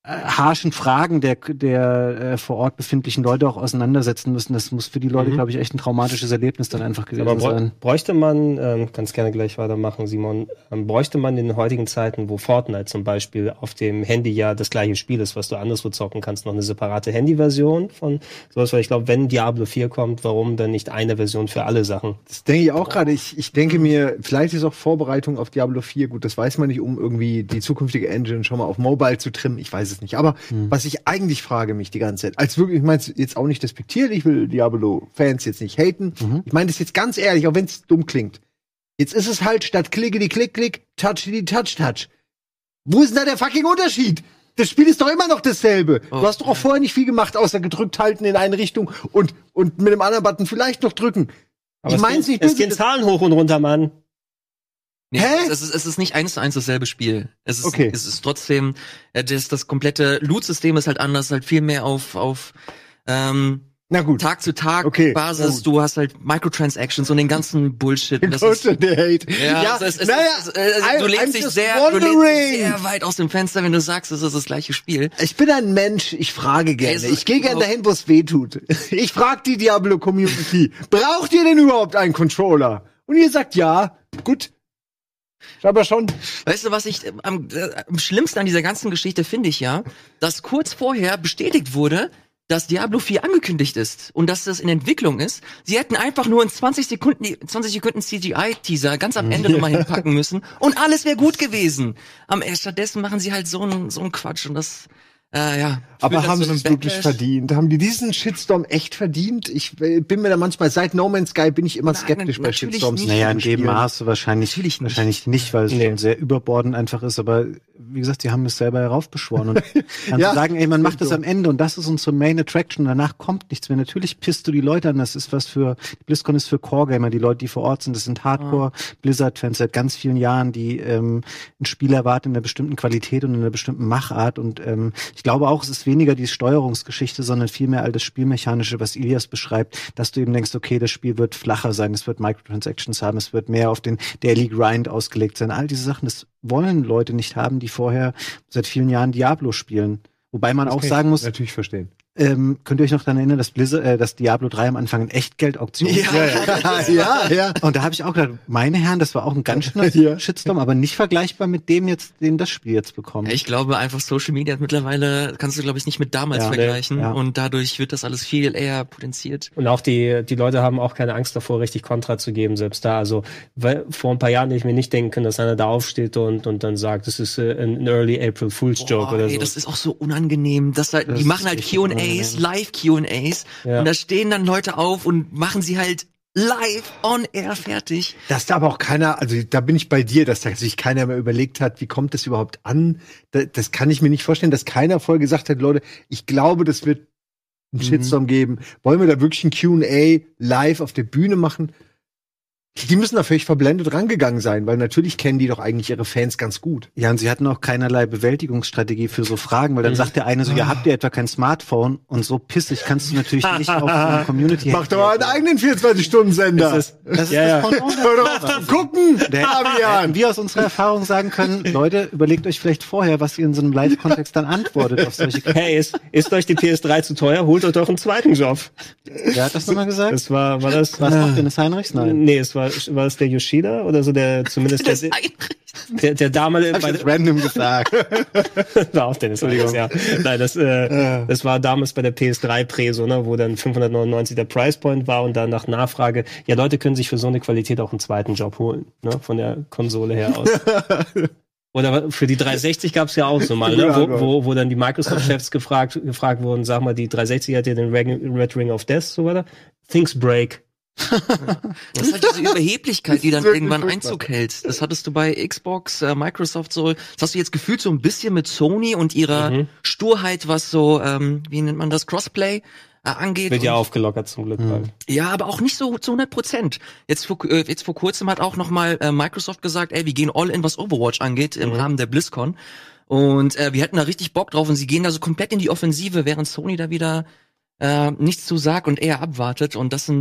harschen Fragen der vor Ort befindlichen Leute auch auseinandersetzen müssen. Das muss für die Leute, glaube ich, echt ein traumatisches Erlebnis dann einfach gewesen sein. Bräuchte man, kannst gerne gleich weitermachen, Simon, bräuchte man in den heutigen Zeiten, wo Fortnite zum Beispiel auf dem Handy ja das gleiche Spiel ist, was du anderswo zocken kannst, noch eine separate Handy-Version von sowas, weil ich glaube, wenn Diablo 4 kommt, warum dann nicht eine Version für alle Sachen? Das denke ich auch gerade. Ich denke mir, vielleicht ist auch Vorbereitung auf Diablo 4, gut, das weiß man nicht, um irgendwie die zukünftige Engine schon mal auf Mobile zu trimmen, ich weiß es nicht. Aber was ich eigentlich frage mich die ganze Zeit, als wirklich, ich meine es jetzt auch nicht despektierlich, ich will Diablo-Fans jetzt nicht haten, ich meine das jetzt ganz ehrlich, auch wenn es dumm klingt. Jetzt ist es halt statt Klick, Touch. Wo ist denn da der fucking Unterschied? Das Spiel ist doch immer noch dasselbe. Du hast doch auch vorher nicht viel gemacht, außer gedrückt halten in eine Richtung und mit dem anderen Button vielleicht noch drücken. Aber ich mein's nicht böse. Es gehen Zahlen hoch und runter, Mann. Nee, es ist nicht 1:1 dasselbe Spiel. Es ist trotzdem, das komplette Loot-System ist halt anders, halt viel mehr auf Tag zu Tag Basis. Du hast halt Microtransactions und den ganzen Bullshit. Das ist, du lehnst dich sehr weit aus dem Fenster, wenn du sagst, es ist das gleiche Spiel. Ich bin ein Mensch, ich frage gerne. Ich gehe gerne dahin, wo es weh tut. Ich frage die Diablo-Community, braucht ihr denn überhaupt einen Controller? Und ihr sagt ja, gut. Aber schon. Weißt du, was ich am schlimmsten an dieser ganzen Geschichte finde ich ja, dass kurz vorher bestätigt wurde, dass Diablo 4 angekündigt ist und dass das in Entwicklung ist. Sie hätten einfach nur in 20 Sekunden CGI-Teaser ganz am Ende nochmal hinpacken müssen und alles wäre gut gewesen. Stattdessen machen sie halt so einen Quatsch und das aber haben sie es wirklich verdient? Haben die diesen Shitstorm echt verdient? Ich bin mir da manchmal, seit No Man's Sky bin ich immer skeptisch bei Shitstorms. Naja, in dem Maße wahrscheinlich nicht, weil es schon sehr überbordend einfach ist, aber wie gesagt, sie haben es selber heraufbeschworen und dann zu sagen, ey, man macht das am Ende und das ist unsere Main Attraction, danach kommt nichts mehr. Natürlich pisst du die Leute an, das ist was für, BlizzCon ist für Core-Gamer, die Leute, die vor Ort sind, das sind Hardcore-Blizzard-Fans seit ganz vielen Jahren, die ein Spiel erwarten in einer bestimmten Qualität und in einer bestimmten Machart und ich glaube auch, es ist weniger die Steuerungsgeschichte, sondern vielmehr all das Spielmechanische, was Ilias beschreibt, dass du eben denkst, okay, das Spiel wird flacher sein, es wird Microtransactions haben, es wird mehr auf den Daily Grind ausgelegt sein. All diese Sachen, das wollen Leute nicht haben, die vorher seit vielen Jahren Diablo spielen. Wobei man auch sagen muss, natürlich verstehen. Könnt ihr euch noch daran erinnern, dass Diablo 3 am Anfang eine Echtgeld-Auktion war? Ja. Und da habe ich auch gedacht, meine Herren, das war auch ein ganz schöner Shitstorm, aber nicht vergleichbar mit dem jetzt, den das Spiel jetzt bekommt. Ich glaube einfach, Social Media mittlerweile kannst du, glaube ich, nicht mit damals vergleichen und dadurch wird das alles viel eher potenziert. Und auch die Leute haben auch keine Angst davor, richtig Kontra zu geben, selbst da. Also vor ein paar Jahren hätte ich mir nicht denken können, dass einer da aufsteht und dann sagt, das ist ein Early April Fool's Joke oder so. Das ist auch so unangenehm. Die machen halt Q&As, Live-Q&As und da stehen dann Leute auf und machen sie halt live on air fertig. Dass da aber auch keiner, also da bin ich bei dir, dass da sich keiner mehr überlegt hat, wie kommt das überhaupt an? Das kann ich mir nicht vorstellen, dass keiner vorher gesagt hat, Leute, ich glaube, das wird einen Shitstorm geben. Wollen wir da wirklich ein Q&A live auf der Bühne machen? Die müssen da völlig verblendet rangegangen sein, weil natürlich kennen die doch eigentlich ihre Fans ganz gut. Ja, und sie hatten auch keinerlei Bewältigungsstrategie für so Fragen, weil dann sagt der eine so, ja, habt ihr etwa kein Smartphone? Und so pissig kannst du natürlich nicht auf so eine Community. Mach doch mal einen eigenen 24-Stunden-Sender. Das ist das Hör doch auf zu gucken, Fabian. Wir aus unserer Erfahrung sagen können, Leute, überlegt euch vielleicht vorher, was ihr in so einem Live-Kontext dann antwortet auf solche Hey, ist euch die PS3 zu teuer? Holt euch doch einen zweiten Job. Wer hat das nochmal gesagt? Das war das? Was macht Dennis Heinrichs? Nein. Nee, war es der Yoshida oder so, der zumindest der damalige hab ich das random gesagt. War auch Dennis, Entschuldigung. Ja. Nein, das war damals bei der PS3 Prä so, ne, wo dann 599 der Price Point war und dann nach Nachfrage, ja, Leute können sich für so eine Qualität auch einen zweiten Job holen, ne, von der Konsole her aus. Oder für die 360 gab's ja auch so mal, ne? wo dann die Microsoft-Chefs gefragt wurden, sag mal, die 360 hat ja den Red Ring of Death, so weiter. Things break. Das ist halt diese Überheblichkeit, die dann irgendwann Einzug hält. Das hattest du bei Xbox, Microsoft so. Das hast du jetzt gefühlt so ein bisschen mit Sony und ihrer Sturheit, was so, wie nennt man das, Crossplay angeht. Wird ja aufgelockert zum Glück. Ja, aber auch nicht so zu 100%. Jetzt vor kurzem hat auch noch mal Microsoft gesagt, ey, wir gehen all in, was Overwatch angeht, im Rahmen der BlizzCon. Und wir hätten da richtig Bock drauf und sie gehen da so komplett in die Offensive, während Sony da wieder nichts zu sagt und eher abwartet. Und das sind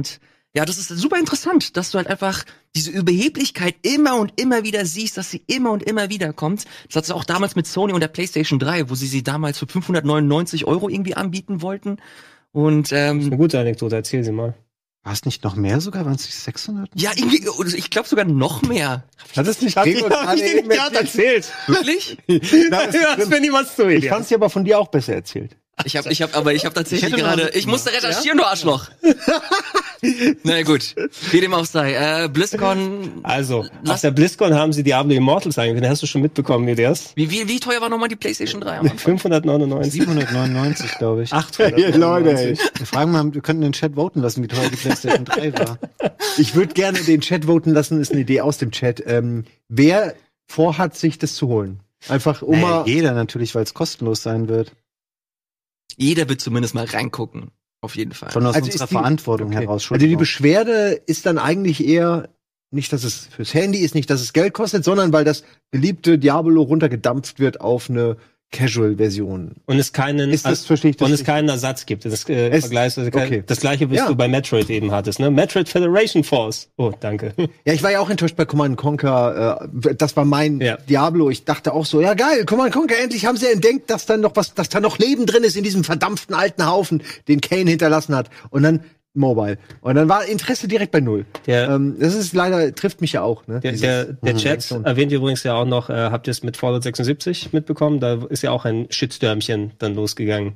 Ja, das ist super interessant, dass du halt einfach diese Überheblichkeit immer und immer wieder siehst, dass sie immer und immer wieder kommt. Das hat es auch damals mit Sony und der PlayStation 3, wo sie damals für 599 € irgendwie anbieten wollten. Und das ist eine gute Anekdote, erzähl sie mal. War es nicht noch mehr sogar? Waren es nicht 600? Ja, irgendwie, ich glaube sogar noch mehr. Hat es nicht Gregor gerade eben erzählt? Wirklich? Das wäre niemals so. Ich fand es aber von dir auch besser erzählt. Ich hab tatsächlich gerade, ich musste recherchieren, du Arschloch. Na gut, wie dem auch sei. BlizzCon. Also, auf der BlizzCon haben sie Diablo Immortal den hast du schon mitbekommen, Elias? Wie teuer war nochmal die PlayStation 3? 599. 799, glaube ich. 800. Leute, ey. Wir könnten den Chat voten lassen, wie teuer die PlayStation 3 war. Ich würde gerne den Chat voten lassen, ist eine Idee aus dem Chat. Wer vorhat, sich das zu holen? Einfach jeder natürlich, weil es kostenlos sein wird. Jeder wird zumindest mal reingucken. Auf jeden Fall. Schon aus unserer Verantwortung heraus. Also die Beschwerde ist dann eigentlich eher nicht, dass es fürs Handy ist, nicht, dass es Geld kostet, sondern weil das beliebte Diablo runtergedampft wird auf eine Casual-Version. Und es keinen Ersatz gibt. Das gleiche, was du bei Metroid eben hattest, ne? Metroid Federation Force. Oh, danke. Ja, ich war ja auch enttäuscht bei Command & Conquer. Das war mein Diablo. Ich dachte auch so, ja geil, Command & Conquer, endlich haben sie entdeckt, dass da noch Leben drin ist in diesem verdampften alten Haufen, den Kane hinterlassen hat. Und dann Mobile. Und dann war Interesse direkt bei 0. Das ist leider, trifft mich ja auch. Ne? Der Chat erwähnt übrigens ja auch noch, habt ihr es mit Fallout 76 mitbekommen? Da ist ja auch ein Shitstürmchen dann losgegangen.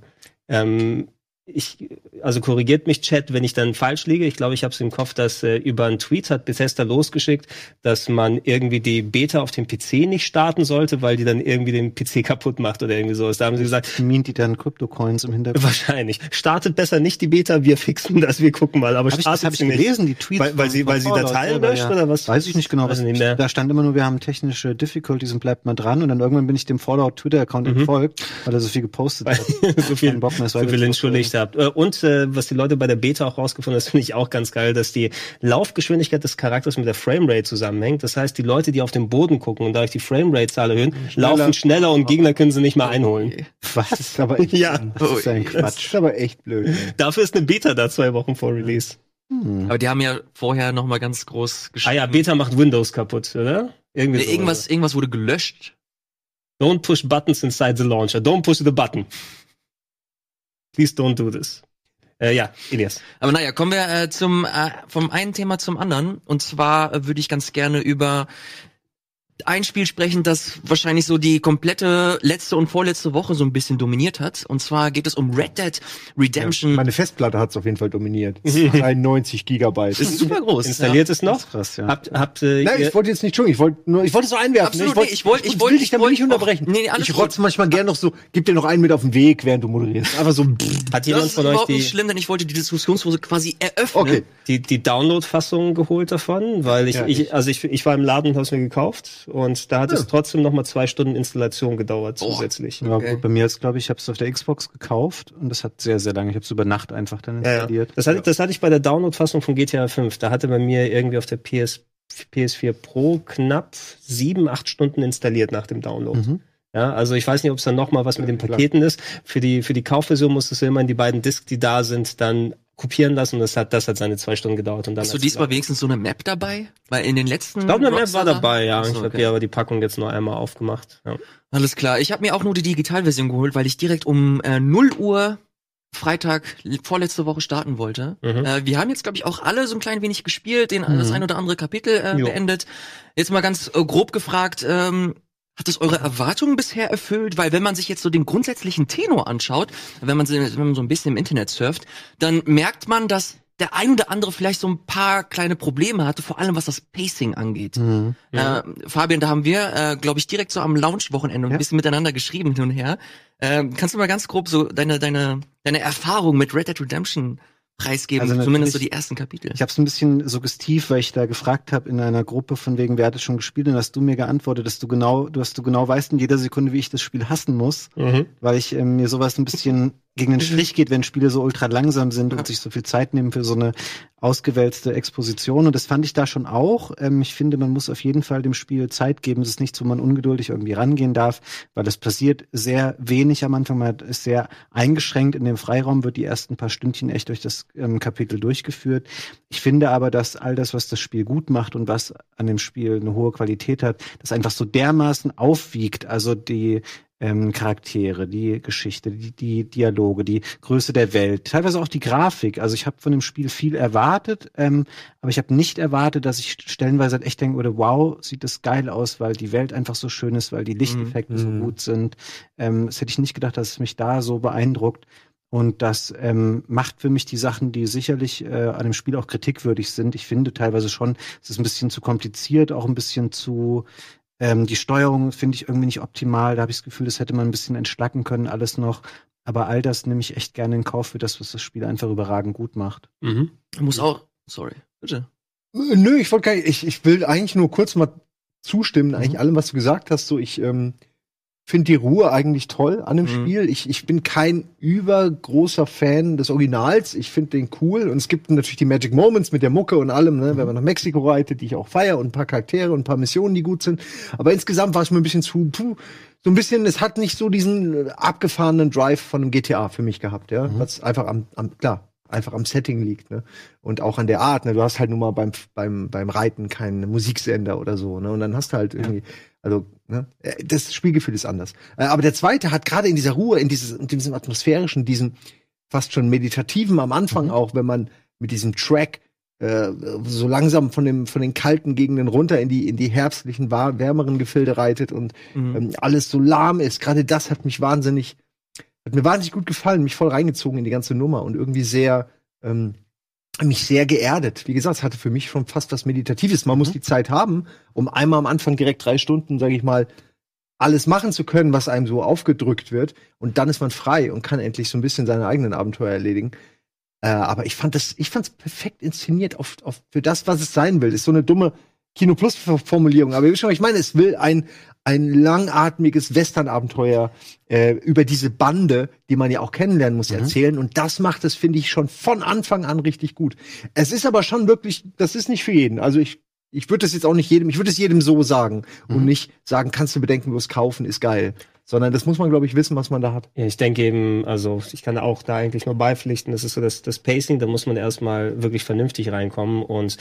Also korrigiert mich Chat, wenn ich dann falsch liege. Ich glaube, ich habe es im Kopf, dass über einen Tweet hat Bethesda losgeschickt, dass man irgendwie die Beta auf dem PC nicht starten sollte, weil die dann irgendwie den PC kaputt macht oder irgendwie sowas. Da haben sie gesagt, mint die dann Crypto-Coins im Hintergrund. Wahrscheinlich. Startet besser nicht die Beta, wir fixen das, wir gucken mal. Aber hab ich gelesen, die Tweets. Weil sie Dateien löscht oder was? Weiß ich nicht genau. Da stand immer nur, wir haben technische Difficulties und bleibt mal dran. Und dann irgendwann bin ich dem Fallout Twitter-Account entfolgt, weil er so viel gepostet hat. so viel entschuldigt habt. Und was die Leute bei der Beta auch rausgefunden haben, das finde ich auch ganz geil, dass die Laufgeschwindigkeit des Charakters mit der Framerate zusammenhängt. Das heißt, die Leute, die auf den Boden gucken und dadurch die Framerate-Zahl erhöhen, laufen schneller und Gegner können sie nicht mehr einholen. Was? Das ist aber echt, das ist ein Quatsch. Das ist aber echt blöd. Dafür ist eine Beta da 2 Wochen vor Release. Aber die haben ja vorher noch mal ganz groß geschrieben. Beta macht Windows kaputt, oder? Irgendwas wurde gelöscht. Don't push buttons inside the launcher. Don't push the button. Please don't do this. Elias. Aber naja, kommen wir vom einen Thema zum anderen. Und zwar würde ich ganz gerne über ein Spiel sprechen, das wahrscheinlich so die komplette letzte und vorletzte Woche so ein bisschen dominiert hat. Und zwar geht es um Red Dead Redemption. Ja, meine Festplatte hat es auf jeden Fall dominiert. 93 Gigabyte. Das ist super groß. Installiert es noch? Krass, ja. Nein, ich wollte jetzt nicht, ich wollte es so einwerfen. Absolut, ich wollte dich damit nicht unterbrechen. Ich rotze manchmal gern noch so, gib dir noch einen mit auf den Weg, während du moderierst. Einfach so. Hat jemand von euch nicht schlimm, denn ich wollte die Diskussionsphase quasi eröffnen. Okay. Die Download-Fassung geholt davon, weil ich war im Laden und habe es mir gekauft. Und da hat es trotzdem noch mal 2 Stunden Installation gedauert zusätzlich. Ja, gut, bei mir jetzt, glaube ich habe es auf der Xbox gekauft und das hat sehr, sehr lange. Ich habe es über Nacht einfach dann installiert. Ja. Das hatte ich bei der Download-Fassung von GTA 5. Da hatte bei mir irgendwie auf der PS4 Pro knapp 7-8 Stunden installiert nach dem Download. Ja, also ich weiß nicht, ob es dann noch mal was mit den Paketen ist. Für die Kaufversion musstest du immer in die beiden Discs, die da sind, dann kopieren lassen und das hat seine 2 Stunden gedauert. Und dann hast du diesmal wenigstens so eine Map dabei? Weil in den letzten... Ich glaube, eine Map war dabei, ja. Ich habe aber die Packung jetzt nur einmal aufgemacht. Ja. Alles klar. Ich habe mir auch nur die Digitalversion geholt, weil ich direkt um 0 Uhr Freitag vorletzte Woche starten wollte. Wir haben jetzt, glaube ich, auch alle so ein klein wenig gespielt, das ein oder andere Kapitel beendet. Jetzt mal ganz grob gefragt, hat es eure Erwartungen bisher erfüllt? Weil wenn man sich jetzt so den grundsätzlichen Tenor anschaut, wenn man so ein bisschen im Internet surft, dann merkt man, dass der ein oder andere vielleicht so ein paar kleine Probleme hatte, vor allem was das Pacing angeht. Fabian, da haben wir, glaube ich, direkt so am Launch-Wochenende ein bisschen miteinander geschrieben hin und her. Kannst du mal ganz grob so deine Erfahrung mit Red Dead Redemption preisgeben, also zumindest so die ersten Kapitel. Ich habe es ein bisschen suggestiv, weil ich da gefragt habe in einer Gruppe von wegen, wer hat es schon gespielt, und hast du mir geantwortet, dass du genau weißt in jeder Sekunde, wie ich das Spiel hassen muss, weil ich mir sowas ein bisschen gegen den Strich geht, wenn Spiele so ultra langsam sind und sich so viel Zeit nehmen für so eine ausgewälzte Exposition. Und das fand ich da schon auch. Ich finde, man muss auf jeden Fall dem Spiel Zeit geben. Es ist nichts, wo man ungeduldig irgendwie rangehen darf, weil es passiert sehr wenig am Anfang. Man ist sehr eingeschränkt in dem Freiraum, wird die ersten paar Stündchen echt durch das Kapitel durchgeführt. Ich finde aber, dass all das, was das Spiel gut macht und was an dem Spiel eine hohe Qualität hat, das einfach so dermaßen aufwiegt. Also die Charaktere, die Geschichte, die Dialoge, die Größe der Welt, teilweise auch die Grafik. Also ich habe von dem Spiel viel erwartet, aber ich habe nicht erwartet, dass ich stellenweise halt echt denken würde, wow, sieht das geil aus, weil die Welt einfach so schön ist, weil die Lichteffekte so gut sind. Das hätte ich nicht gedacht, dass es mich da so beeindruckt. Und das macht für mich die Sachen, die sicherlich an dem Spiel auch kritikwürdig sind. Ich finde teilweise schon, es ist ein bisschen zu kompliziert, auch ein bisschen zu die Steuerung finde ich irgendwie nicht optimal. Da habe ich das Gefühl, das hätte man ein bisschen entschlacken können, alles noch. Aber all das nehme ich echt gerne in Kauf für das, was das Spiel einfach überragend gut macht. Mhm. Muss auch, sorry, bitte. Nö, ich will eigentlich nur kurz mal zustimmen, eigentlich allem, was du gesagt hast. So, ich finde die Ruhe eigentlich toll an dem Spiel. Ich bin kein übergroßer Fan des Originals. Ich finde den cool. Und es gibt natürlich die Magic Moments mit der Mucke und allem, ne, wenn man nach Mexiko reitet, die ich auch feiere, und ein paar Charaktere und ein paar Missionen, die gut sind. Aber insgesamt war es mir ein bisschen so ein bisschen, es hat nicht so diesen abgefahrenen Drive von einem GTA für mich gehabt, ja. Was einfach einfach am Setting liegt, ne? Und auch an der Art, ne? Du hast halt nun mal beim Reiten keinen Musiksender oder so, ne? Und dann hast du halt irgendwie, also, ne? Das Spielgefühl ist anders. Aber der zweite hat gerade in dieser Ruhe, in diesem atmosphärischen, diesem fast schon meditativen am Anfang auch, wenn man mit diesem Track so langsam von den kalten Gegenden runter in die herbstlichen, wärmeren Gefilde reitet und alles so lahm ist. Gerade das hat mir wahnsinnig gut gefallen, mich voll reingezogen in die ganze Nummer und irgendwie mich sehr geerdet. Wie gesagt, es hatte für mich schon fast was Meditatives. Man muss die Zeit haben, um einmal am Anfang direkt 3 Stunden, sage ich mal, alles machen zu können, was einem so aufgedrückt wird. Und dann ist man frei und kann endlich so ein bisschen seine eigenen Abenteuer erledigen. Aber ich fand's perfekt inszeniert für das, was es sein will. Ist so eine dumme Kino-Plus-Formulierung. Aber ihr wisst schon, ich meine, es will ein langatmiges Western-Abenteuer über diese Bande, die man ja auch kennenlernen muss, erzählen. Und das macht es, finde ich, schon von Anfang an richtig gut. Es ist aber schon wirklich, das ist nicht für jeden. Also ich würde das jetzt auch nicht ich würde es jedem so sagen und nicht sagen, kannst du bedenkenlos kaufen, ist geil. Sondern das muss man, glaube ich, wissen, was man da hat. Ja, ich denke eben, also ich kann auch da eigentlich nur beipflichten, das ist so das Pacing, da muss man erstmal wirklich vernünftig reinkommen und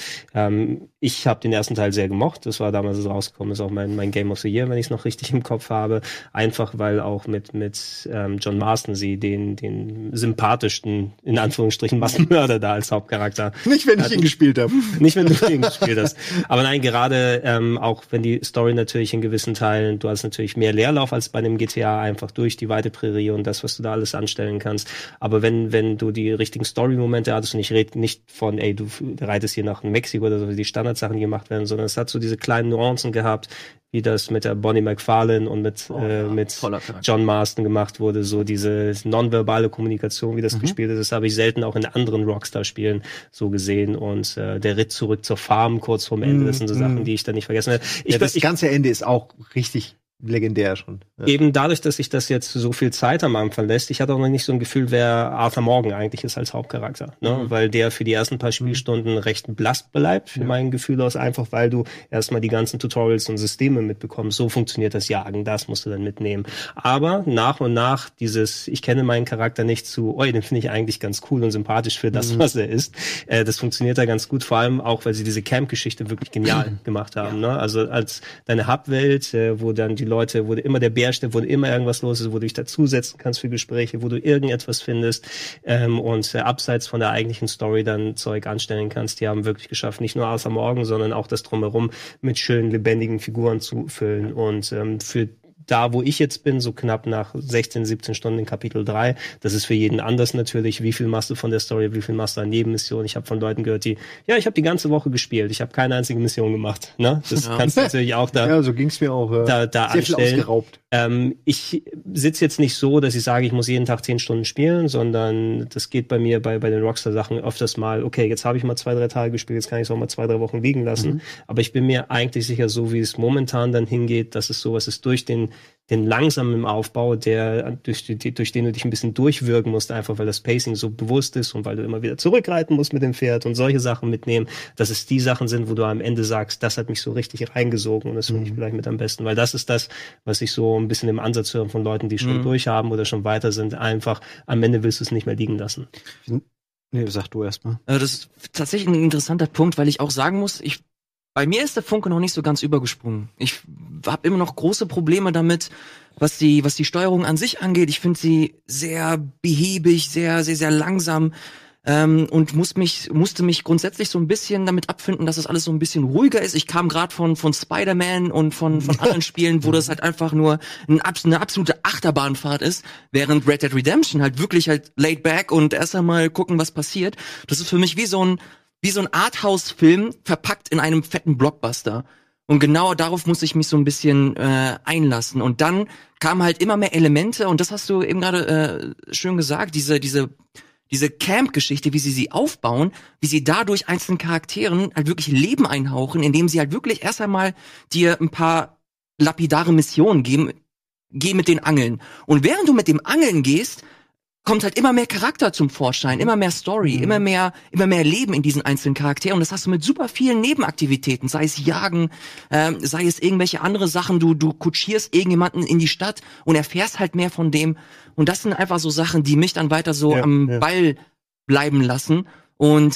ich habe den ersten Teil sehr gemocht, das war damals, als es rausgekommen ist, auch mein Game of the Year, wenn ich es noch richtig im Kopf habe, einfach weil auch mit John Marston sie den sympathischsten, in Anführungsstrichen, Massenmörder da als Hauptcharakter. Nicht, wenn ich ihn gespielt habe. Nicht, wenn du ihn gespielt hast. Aber nein, gerade auch wenn die Story natürlich in gewissen Teilen, du hast natürlich mehr Leerlauf als bei einem GTA, einfach durch die weite Prärie und das, was du da alles anstellen kannst. Aber wenn du die richtigen Story-Momente hattest, und ich rede nicht von, du reitest hier nach Mexiko oder so, wie die Standardsachen, die gemacht werden, sondern es hat so diese kleinen Nuancen gehabt, wie das mit der Bonnie McFarlane und mit John Marston gemacht wurde, so diese nonverbale Kommunikation, wie das gespielt ist, das habe ich selten auch in anderen Rockstar-Spielen so gesehen und der Ritt zurück zur Farm kurz vorm Ende, das sind so Sachen, die ich dann nicht vergessen werde. Das ganze Ende ist auch richtig legendär schon. Ja. Eben dadurch, dass sich das jetzt so viel Zeit am Anfang lässt, ich hatte auch noch nicht so ein Gefühl, wer Arthur Morgan eigentlich ist als Hauptcharakter, ne? Weil der für die ersten paar Spielstunden recht blass bleibt, für mein Gefühl aus, einfach weil du erstmal die ganzen Tutorials und Systeme mitbekommst. So funktioniert das Jagen, das musst du dann mitnehmen. Aber nach und nach ich kenne meinen Charakter nicht den finde ich eigentlich ganz cool und sympathisch für das, was er ist. Das funktioniert da ganz gut, vor allem auch, weil sie diese Camp-Geschichte wirklich genial gemacht haben, ne? Also als deine Hub-Welt, wo dann die Leute, wo immer der Bär steht, wo immer irgendwas los ist, wo du dich dazusetzen kannst für Gespräche, wo du irgendetwas findest und abseits von der eigentlichen Story dann Zeug anstellen kannst. Die haben wirklich geschafft, nicht nur Arthur Morgan, sondern auch das Drumherum mit schönen, lebendigen Figuren zu füllen. Und für da, wo ich jetzt bin, so knapp nach 16, 17 Stunden in Kapitel 3, das ist für jeden anders natürlich, wie viel machst du von der Story, wie viel machst du an Nebenmissionen. Ich habe von Leuten gehört, ich habe die ganze Woche gespielt, ich habe keine einzige Mission gemacht. Ne? Das kannst du natürlich auch da so ging's mir auch. Da sehr anstellen. Viel ausgeraubt. Ich sitze jetzt nicht so, dass ich sage, ich muss jeden Tag 10 Stunden spielen, sondern das geht bei mir bei den Rockstar-Sachen öfters mal, okay, jetzt habe ich mal 2, 3 Tage gespielt, jetzt kann ich es auch mal 2, 3 Wochen liegen lassen. Aber ich bin mir eigentlich sicher, so wie es momentan dann hingeht, dass es sowas ist durch den den langsamen Aufbau, durch den du dich ein bisschen durchwirken musst, einfach weil das Pacing so bewusst ist und weil du immer wieder zurückreiten musst mit dem Pferd und solche Sachen mitnehmen, dass es die Sachen sind, wo du am Ende sagst, das hat mich so richtig reingesogen und das finde ich vielleicht mit am besten, weil das ist das, was ich so ein bisschen im Ansatz höre von Leuten, die schon durchhaben oder schon weiter sind, einfach am Ende willst du es nicht mehr liegen lassen. Nee, sag du erst mal. Das ist tatsächlich ein interessanter Punkt, weil ich auch sagen muss, bei mir ist der Funke noch nicht so ganz übergesprungen. Ich habe immer noch große Probleme damit, was die Steuerung an sich angeht. Ich finde sie sehr behäbig, sehr, sehr, sehr langsam. Und musste mich grundsätzlich so ein bisschen damit abfinden, dass es alles so ein bisschen ruhiger ist. Ich kam gerade von Spider-Man und von anderen Spielen, wo das halt einfach nur eine absolute Achterbahnfahrt ist, während Red Dead Redemption halt wirklich halt laid back und erst einmal gucken, was passiert. Das ist für mich wie so ein Arthouse-Film verpackt in einem fetten Blockbuster. Und genau darauf muss ich mich so ein bisschen einlassen. Und dann kamen halt immer mehr Elemente, und das hast du eben gerade schön gesagt, diese Camp-Geschichte, wie sie aufbauen, wie sie dadurch einzelnen Charakteren halt wirklich Leben einhauchen, indem sie halt wirklich erst einmal dir ein paar lapidare Missionen geben. Geh mit den Angeln. Und während du mit dem Angeln gehst, kommt halt immer mehr Charakter zum Vorschein, immer mehr Story, immer mehr Leben in diesen einzelnen Charakteren. Und das hast du mit super vielen Nebenaktivitäten, sei es Jagen, sei es irgendwelche andere Sachen. Du kutschierst irgendjemanden in die Stadt und erfährst halt mehr von dem. Und das sind einfach so Sachen, die mich dann weiter so am Ball bleiben lassen und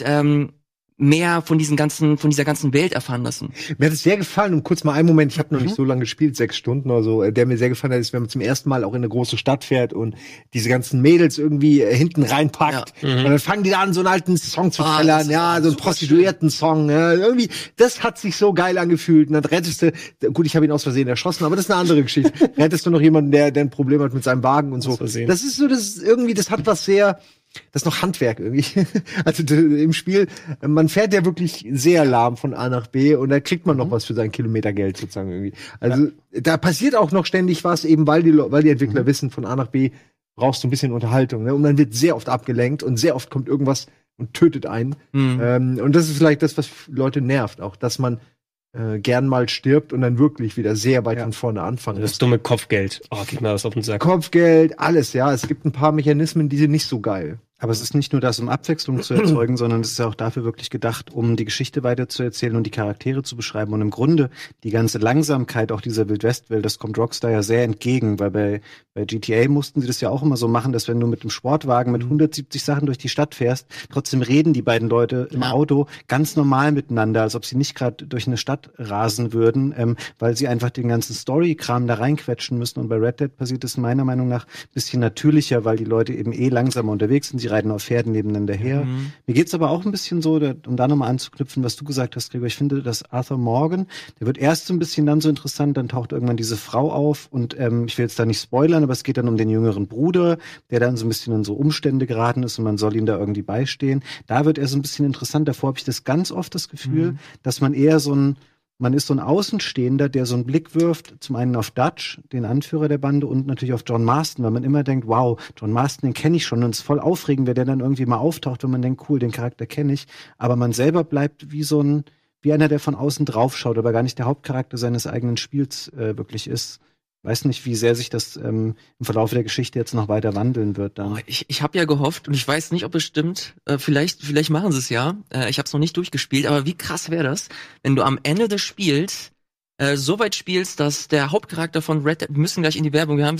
mehr von dieser ganzen Welt erfahren lassen. Mir hat es sehr gefallen, und kurz mal einen Moment, ich habe noch nicht so lange gespielt, 6 Stunden oder so, der mir sehr gefallen hat, ist, wenn man zum ersten Mal auch in eine große Stadt fährt und diese ganzen Mädels irgendwie hinten reinpackt. Und dann fangen die da an, so einen alten Song zu trällern, so einen Prostituierten-Song. Ja, irgendwie, das hat sich so geil angefühlt. Und dann rettest du, gut, ich habe ihn aus Versehen erschossen, aber das ist eine andere Geschichte. Rettest du noch jemanden, der ein Problem hat mit seinem Wagen und so. Das ist so, das hat was sehr, das ist noch Handwerk irgendwie. Also im Spiel, man fährt ja wirklich sehr lahm von A nach B und da kriegt man noch was für sein Kilometergeld sozusagen irgendwie. Also da passiert auch noch ständig was, eben weil die Entwickler wissen, von A nach B brauchst du ein bisschen Unterhaltung. Ne? Und dann wird sehr oft abgelenkt und sehr oft kommt irgendwas und tötet einen. Und das ist vielleicht das, was Leute nervt, auch, dass man gern mal stirbt und dann wirklich wieder sehr weit von vorne anfangen. Das dumme Kopfgeld. Oh, geht mir das auf den Sack. Kopfgeld, alles, ja. Es gibt ein paar Mechanismen, die sind nicht so geil. Aber es ist nicht nur das, um Abwechslung zu erzeugen, sondern es ist ja auch dafür wirklich gedacht, um die Geschichte weiterzuerzählen und die Charaktere zu beschreiben. Und im Grunde die ganze Langsamkeit auch dieser Wild-West-Welt, das kommt Rockstar ja sehr entgegen, weil bei GTA mussten sie das ja auch immer so machen, dass wenn du mit dem Sportwagen mit 170 Sachen durch die Stadt fährst, trotzdem reden die beiden Leute im Auto ganz normal miteinander, als ob sie nicht gerade durch eine Stadt rasen würden, weil sie einfach den ganzen Story-Kram da reinquetschen müssen. Und bei Red Dead passiert es meiner Meinung nach ein bisschen natürlicher, weil die Leute eben langsamer unterwegs sind. Sie reiten auf Pferden nebeneinander her. Mir geht's aber auch ein bisschen so, um da nochmal anzuknüpfen, was du gesagt hast, Gregor. Ich finde, dass Arthur Morgan, der wird erst so ein bisschen dann so interessant, dann taucht irgendwann diese Frau auf und ich will jetzt da nicht spoilern, aber es geht dann um den jüngeren Bruder, der dann so ein bisschen in so Umstände geraten ist und man soll ihm da irgendwie beistehen. Da wird er so ein bisschen interessant. Davor habe ich das ganz oft das Gefühl, dass man eher man ist so ein Außenstehender, der so einen Blick wirft, zum einen auf Dutch, den Anführer der Bande, und natürlich auf John Marston, weil man immer denkt, wow, John Marston, den kenne ich schon, und es ist voll aufregend, wenn der dann irgendwie mal auftaucht, wenn man denkt, cool, den Charakter kenne ich, aber man selber bleibt wie einer, der von außen drauf schaut, aber gar nicht der Hauptcharakter seines eigenen Spiels wirklich ist. Weiß nicht, wie sehr sich das im Verlauf der Geschichte jetzt noch weiter wandeln wird. Dann. Ich habe ja gehofft, und ich weiß nicht, ob es stimmt, vielleicht machen sie es ja, ich habe es noch nicht durchgespielt, aber wie krass wäre das, wenn du am Ende des Spiels so weit spielst, dass der Hauptcharakter von Red Dead, wir müssen gleich in die Werbung, wir haben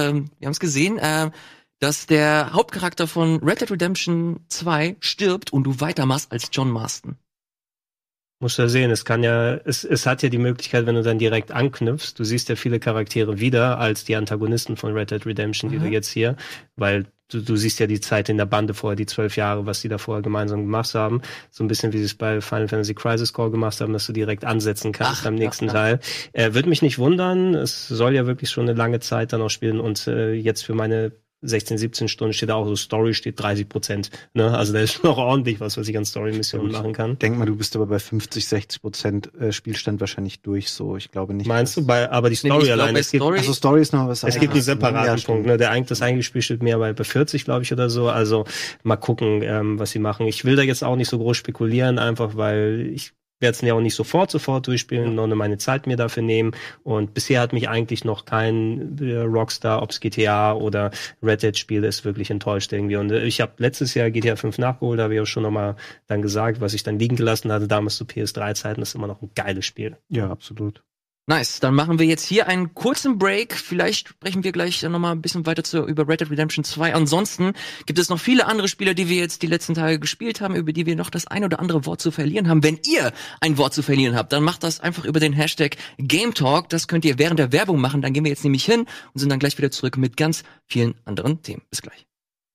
es gesehen, dass der Hauptcharakter von Red Dead Redemption 2 stirbt und du weitermachst als John Marston. Musst du ja sehen, es hat ja die Möglichkeit, wenn du dann direkt anknüpfst, du siehst ja viele Charaktere wieder als die Antagonisten von Red Dead Redemption, die du jetzt hier, weil du siehst ja die Zeit in der Bande vorher, die 12 Jahre, was die da vorher gemeinsam gemacht haben. So ein bisschen, wie sie es bei Final Fantasy Crisis Core gemacht haben, dass du direkt ansetzen kannst am nächsten Teil. Würde mich nicht wundern, es soll ja wirklich schon eine lange Zeit dann auch spielen und jetzt für meine 16, 17 Stunden steht da auch so, Story steht 30%. Ne? Also da ist noch ordentlich was ich an Story-Missionen machen kann. Denk mal, du bist aber bei 50-60% Spielstand wahrscheinlich durch, so. Ich glaube nicht. Meinst du? Aber die Story alleine. Story ist noch was. Es gibt einen separaten Punkt. Ne? Das eigentliche Spiel steht mehr bei 40, glaube ich, oder so. Also mal gucken, was sie machen. Ich will da jetzt auch nicht so groß spekulieren, einfach weil werde es ja auch nicht sofort durchspielen, noch meine Zeit mir dafür nehmen. Und bisher hat mich eigentlich noch kein Rockstar, ob's GTA oder Red Dead Spiel ist, wirklich enttäuscht irgendwie. Und ich habe letztes Jahr GTA 5 nachgeholt, da habe ich auch schon nochmal dann gesagt, was ich dann liegen gelassen hatte, damals zu PS3-Zeiten, ist immer noch ein geiles Spiel. Ja, absolut. Nice, dann machen wir jetzt hier einen kurzen Break. Vielleicht sprechen wir gleich noch mal ein bisschen weiter über Red Dead Redemption 2. Ansonsten gibt es noch viele andere Spiele, die wir jetzt die letzten Tage gespielt haben, über die wir noch das ein oder andere Wort zu verlieren haben. Wenn ihr ein Wort zu verlieren habt, dann macht das einfach über den Hashtag GameTalk. Das könnt ihr während der Werbung machen. Dann gehen wir jetzt nämlich hin und sind dann gleich wieder zurück mit ganz vielen anderen Themen. Bis gleich.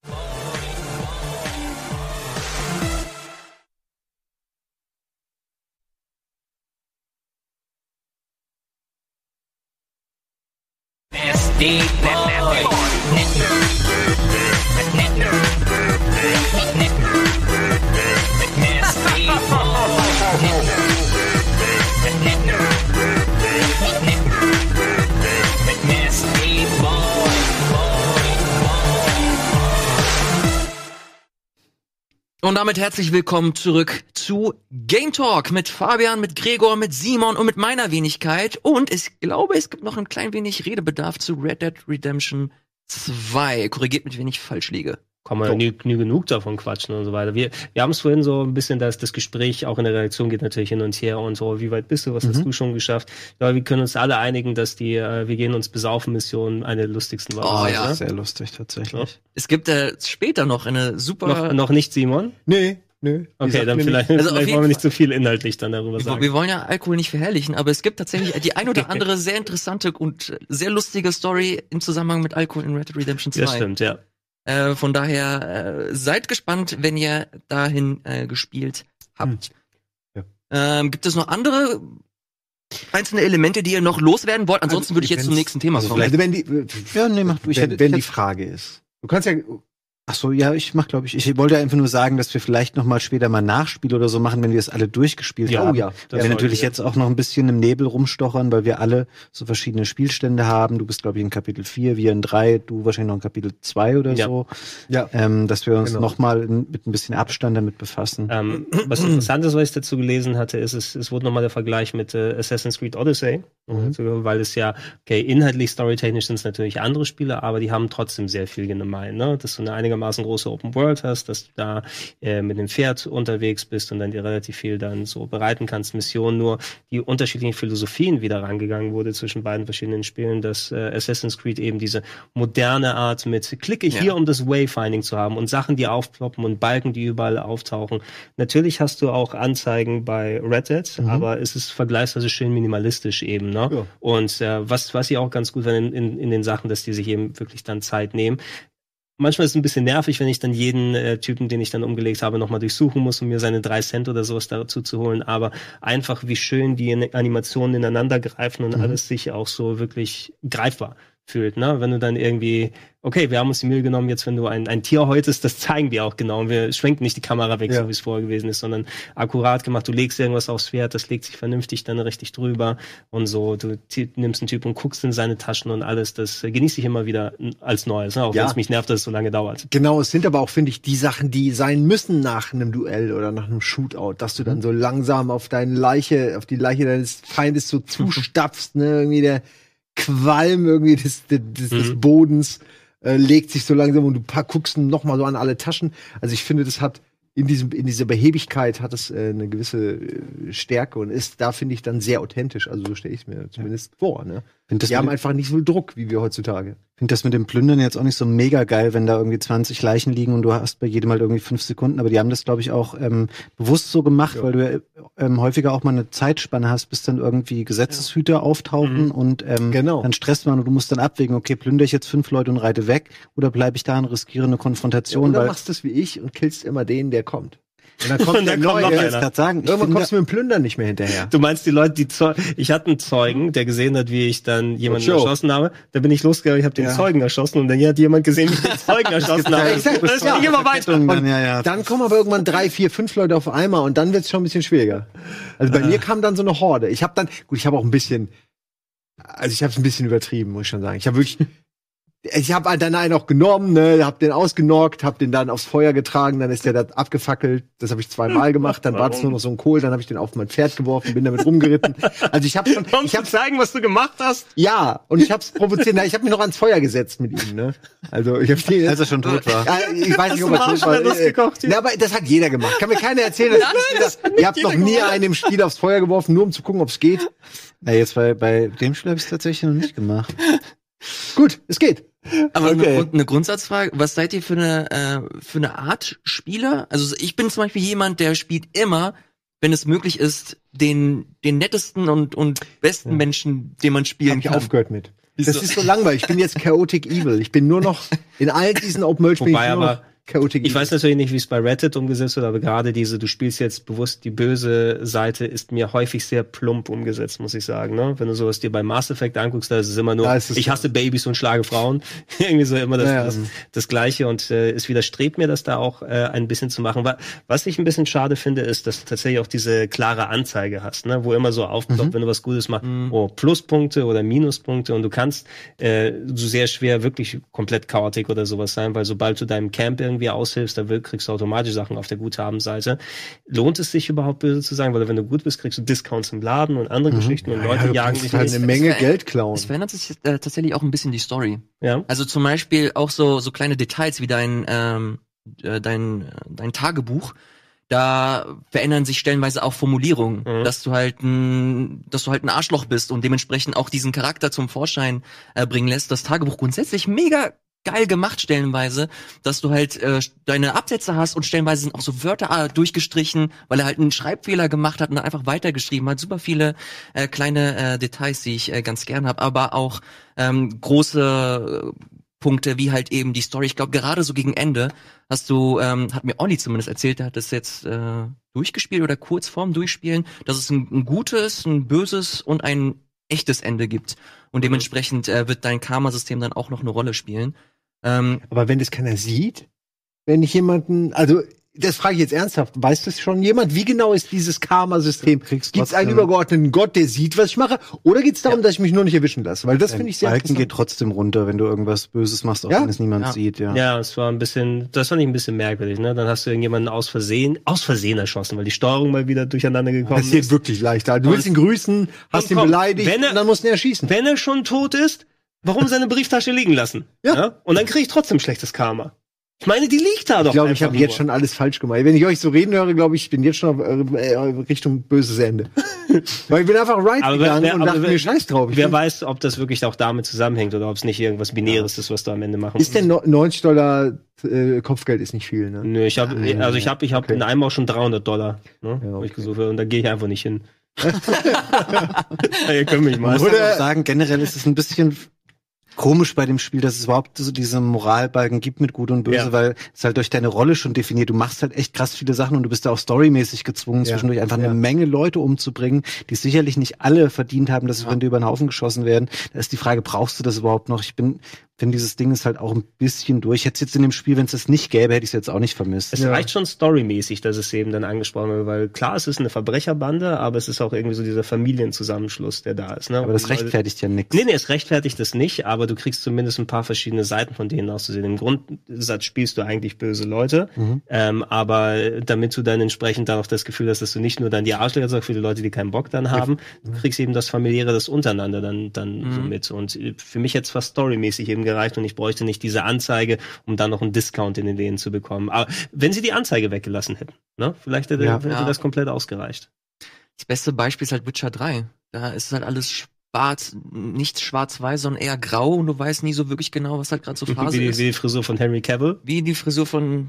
Und damit herzlich willkommen zurück zu Game Talk mit Fabian, mit Gregor, mit Simon und mit meiner Wenigkeit. Und ich glaube, es gibt noch ein klein wenig Redebedarf zu Red Dead Redemption 2. Korrigiert mich, wenn ich falsch liege. Kann man nie genug davon quatschen und so weiter. Wir haben es vorhin so ein bisschen, dass das Gespräch auch in der Redaktion geht natürlich hin und her und so, wie weit bist du, was hast du schon geschafft? Ja, wir können uns alle einigen, dass die wir gehen uns besaufen Mission eine der lustigsten war. Oh ja, ne? Sehr lustig tatsächlich. Ja. Es gibt später noch eine super... Noch nicht, Simon? Nee. Okay, dann vielleicht wollen wir nicht so viel inhaltlich dann darüber sagen. Wir wollen ja Alkohol nicht verherrlichen, aber es gibt tatsächlich die ein oder andere sehr interessante und sehr lustige Story im Zusammenhang mit Alkohol in Red Dead Redemption 2. Das stimmt, ja. Von daher seid gespannt, wenn ihr dahin gespielt habt. Ja. Gibt es noch andere einzelne Elemente, die ihr noch loswerden wollt? Ansonsten würde ich jetzt zum nächsten Thema kommen. Also wenn die Frage ist. Du kannst ja... Ach so, ja, ich wollte einfach nur sagen, dass wir vielleicht noch mal später mal Nachspiel oder so machen, wenn wir es alle durchgespielt haben. Ja, wir natürlich jetzt auch noch ein bisschen im Nebel rumstochern, weil wir alle so verschiedene Spielstände haben. Du bist, glaube ich, in Kapitel 4, wir in 3, du wahrscheinlich noch in Kapitel 2 oder so. Ja. Dass wir uns noch mal mit ein bisschen Abstand damit befassen. Was interessant ist, was ich dazu gelesen hatte, ist, es wurde noch mal der Vergleich mit Assassin's Creed Odyssey. Also, weil es ja, okay, inhaltlich, storytechnisch sind es natürlich andere Spiele, aber die haben trotzdem sehr viel gemein, ne? Dass du eine einigermaßen große Open World hast, dass du da mit dem Pferd unterwegs bist und dann dir relativ viel dann so bereiten kannst, Missionen, nur die unterschiedlichen Philosophien wieder rangegangen wurde zwischen beiden verschiedenen Spielen, dass Assassin's Creed eben diese moderne Art mit klicke hier, um das Wayfinding zu haben und Sachen, die aufploppen und Balken, die überall auftauchen. Natürlich hast du auch Anzeigen bei Red Dead, aber es ist vergleichsweise schön minimalistisch eben, ne? Ja. Und was ich auch ganz gut finde in den Sachen, dass die sich eben wirklich dann Zeit nehmen. Manchmal ist es ein bisschen nervig, wenn ich dann jeden Typen, den ich dann umgelegt habe, nochmal durchsuchen muss, um mir seine 3 Cent oder sowas dazu zu holen. Aber einfach, wie schön die Animationen ineinander greifen und alles sich auch so wirklich greifbar fühlt, ne? Wenn du dann irgendwie, okay, wir haben uns die Mühe genommen, jetzt wenn du ein Tier häutest, das zeigen wir auch genau. Und wir schwenken nicht die Kamera weg, so wie es vorher gewesen ist, sondern akkurat gemacht. Du legst irgendwas aufs Pferd, das legt sich vernünftig dann richtig drüber und so. Du nimmst einen Typ und guckst in seine Taschen und alles. Das genieße ich immer wieder als Neues, ne? Auch wenn es mich nervt, dass es so lange dauert. Genau, es sind aber auch, finde ich, die Sachen, die sein müssen nach einem Duell oder nach einem Shootout, dass du dann so langsam auf die Leiche deines Feindes so zustapfst, ne? Irgendwie der Qualm irgendwie des Bodens legt sich so langsam und du guckst noch mal so an alle Taschen. Also ich finde, das hat in dieser Behebigkeit hat es eine gewisse Stärke und ist da, finde ich, dann sehr authentisch. Also so stelle ich es mir zumindest vor. Ne? Die haben einfach nicht so viel Druck, wie wir heutzutage. Ich finde das mit dem Plündern jetzt auch nicht so mega geil, wenn da irgendwie 20 Leichen liegen und du hast bei jedem halt irgendwie 5 Sekunden. Aber die haben das, glaube ich, auch bewusst so gemacht, weil du häufiger auch mal eine Zeitspanne hast, bis dann irgendwie Gesetzeshüter auftauchen und dann stresst man und du musst dann abwägen, okay, plündere ich jetzt 5 Leute und reite weg oder bleibe ich da und riskiere eine Konfrontation? Oder machst du es wie ich und killst immer den, der kommt. Und dann kommt der neue. Irgendwann kommst du mit dem Plündern nicht mehr hinterher. Du meinst die Leute, ich hatte einen Zeugen, der gesehen hat, wie ich dann jemanden erschossen habe. Da bin ich losgegangen, ich habe den Zeugen erschossen und dann hat jemand gesehen, wie ich den Zeugen erschossen habe. Das ist nicht immer weiter. Dann kommen aber irgendwann 3, 4, 5 Leute auf einmal und dann wird's schon ein bisschen schwieriger. Also bei mir kam dann so eine Horde. Ich habe auch ein bisschen, also ich habe es ein bisschen übertrieben, muss ich schon sagen. Ich habe wirklich ich habe dann einen auch genommen, ne, hab den ausgenockt, hab den dann aufs Feuer getragen, dann ist der da abgefackelt. Das habe ich 2-mal gemacht, dann war es nur noch so ein Kohl, dann habe ich den auf mein Pferd geworfen, bin damit rumgeritten. Also ich habe zeigen, was du gemacht hast. Ja, und ich hab's provoziert. Ich habe mich noch ans Feuer gesetzt mit ihm, ne? Also ich habe den, als er schon tot war. Ich weiß nicht, ob er tot war. Na, aber das hat jeder gemacht. Kann mir keiner erzählen, dass ihr habt noch nie einen im Spiel aufs Feuer geworfen, nur um zu gucken, ob es geht. Ja, jetzt bei dem Spiel habe ich es tatsächlich noch nicht gemacht. Gut, es geht. Aber eine Grundsatzfrage, was seid ihr für eine Art Spieler? Also ich bin zum Beispiel jemand, der spielt immer, wenn es möglich ist, den nettesten und besten Menschen, den man spielen kann. Hab ich aufgehört mit. Das ist so langweilig. Ich bin jetzt Chaotic Evil. Ich bin nur noch in all diesen Open World Spielen nur noch Chaotic Evil. Ich weiß natürlich nicht, wie es bei Reddit umgesetzt wird, aber gerade du spielst jetzt bewusst die böse Seite, ist mir häufig sehr plump umgesetzt, muss ich sagen. Ne? Wenn du sowas dir bei Mass Effect anguckst, da ist es immer nur, ich hasse Babys und schlage Frauen. Irgendwie so immer das Gleiche und es widerstrebt mir, das da auch ein bisschen zu machen. Was ich ein bisschen schade finde, ist, dass du tatsächlich auch diese klare Anzeige hast, ne? Wo immer so aufploppt, wenn du was Gutes machst, Pluspunkte oder Minuspunkte und du kannst so sehr schwer wirklich komplett chaotic oder sowas sein, weil sobald du deinem Camp irgendwie aushilfst, da kriegst du automatisch Sachen auf der Guthabenseite. Lohnt es sich überhaupt böse zu sagen? Weil wenn du gut bist, kriegst du Discounts im Laden und andere Geschichten und Leute jagen dich halt eine Menge Geld klauen. Es verändert sich tatsächlich auch ein bisschen die Story. Ja. Also zum Beispiel auch so kleine Details wie dein Tagebuch. Da verändern sich stellenweise auch Formulierungen, dass du halt ein Arschloch bist und dementsprechend auch diesen Charakter zum Vorschein bringen lässt. Das Tagebuch grundsätzlich mega geil gemacht stellenweise, dass du halt deine Absätze hast und stellenweise sind auch so Wörter durchgestrichen, weil er halt einen Schreibfehler gemacht hat und dann einfach weitergeschrieben hat. Super viele kleine Details, die ich ganz gern habe, aber auch große Punkte wie halt eben die Story. Ich glaube, gerade so gegen Ende hast du, hat mir Olli zumindest erzählt, der hat das jetzt durchgespielt oder kurz vorm Durchspielen, dass es ein gutes, ein böses und ein echtes Ende gibt. Und dementsprechend wird dein Karma-System dann auch noch eine Rolle spielen. Aber wenn das keiner sieht, wenn ich jemanden, also das frage ich jetzt ernsthaft, weiß das schon jemand? Wie genau ist dieses Karma-System? Gibt es einen übergeordneten Gott, der sieht, was ich mache? Oder geht es darum, dass ich mich nur nicht erwischen lasse? Weil das finde ich sehr interessant. Balken geht trotzdem runter, wenn du irgendwas Böses machst, auch wenn es niemand sieht. Ja, das fand ich ein bisschen merkwürdig. Ne? Dann hast du irgendjemanden aus Versehen erschossen, weil die Steuerung mal wieder durcheinander gekommen ist. Das ist wirklich leichter. Du willst ihn grüßen, hast ihn beleidigt und dann musst du ihn erschießen. Wenn er schon tot ist, warum seine Brieftasche liegen lassen? Ja? Und dann kriege ich trotzdem schlechtes Karma. Ich meine, die liegt da doch. Ich glaube, ich habe jetzt schon alles falsch gemacht. Wenn ich euch so reden höre, glaube ich bin jetzt schon auf Richtung böses Ende. Weil ich bin einfach gegangen und dachte mir, scheiß drauf. Wer weiß, ob das wirklich auch damit zusammenhängt oder ob es nicht irgendwas Binäres ist, was du am Ende machen musst. Ist denn $90 Kopfgeld ist nicht viel, ne? Nö, ich habe in einem auch schon $300, ne? Hab ich gesucht und da gehe ich einfach nicht hin. Ihr könnt mich mal. Ich muss sagen, generell ist es ein bisschen komisch bei dem Spiel, dass es überhaupt so diese Moralbalken gibt mit Gut und Böse, weil es halt durch deine Rolle schon definiert. Du machst halt echt krass viele Sachen und du bist da auch storymäßig gezwungen, zwischendurch einfach eine Menge Leute umzubringen, die sicherlich nicht alle verdient haben, dass sie von dir über den Haufen geschossen werden. Da ist die Frage, brauchst du das überhaupt noch? Ich finde, dieses Ding ist halt auch ein bisschen durch. Ich hätte es jetzt in dem Spiel, wenn es das nicht gäbe, hätte ich es jetzt auch nicht vermisst. Es reicht schon storymäßig, dass es eben dann angesprochen wird, weil klar, es ist eine Verbrecherbande, aber es ist auch irgendwie so dieser Familienzusammenschluss, der da ist. Ne? Aber das rechtfertigt ja nichts. Nee, es rechtfertigt das nicht, aber du kriegst zumindest ein paar verschiedene Seiten von denen auszusehen. Im Grundsatz spielst du eigentlich böse Leute, aber damit du dann entsprechend dann auch das Gefühl hast, dass du nicht nur dann die Arschlöcher sagst für die Leute, die keinen Bock dann haben, du kriegst eben das Familiäre, das untereinander dann so mit. Und für mich jetzt fast storymäßig eben gereicht und ich bräuchte nicht diese Anzeige, um dann noch einen Discount in den Läden zu bekommen. Aber wenn sie die Anzeige weggelassen hätten, ne? Vielleicht hätte das komplett ausgereicht. Das beste Beispiel ist halt Witcher 3. Da ist halt alles schwarz, nicht schwarz-weiß, sondern eher grau und du weißt nie so wirklich genau, was halt gerade so Phase ist. Wie die Frisur von Henry Cavill? Wie die Frisur von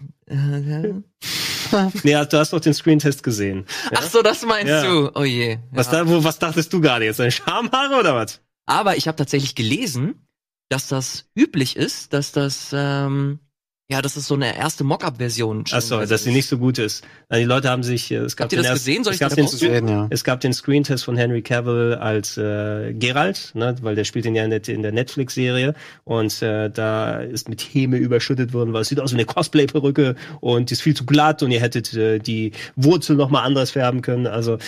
Nee, du hast doch den Screentest gesehen. Ja? Ach so, das meinst du. Oh je. Ja. Was dachtest du gerade jetzt? Deine Schamhaare oder was? Aber ich habe tatsächlich gelesen, dass das üblich ist, dass das dass es so eine erste Mock-up-Version ist. Ach so, dass sie nicht so gut ist. Die Leute haben sich, Habt ihr das gesehen? Soll ich das sehen? Ja. Es gab den Screentest von Henry Cavill als Geralt, ne, weil der spielt ihn ja in der Netflix-Serie und da ist mit Häme überschüttet worden, weil es sieht aus wie eine Cosplay-Perücke und die ist viel zu glatt und ihr hättet die Wurzel noch mal anders färben können. Also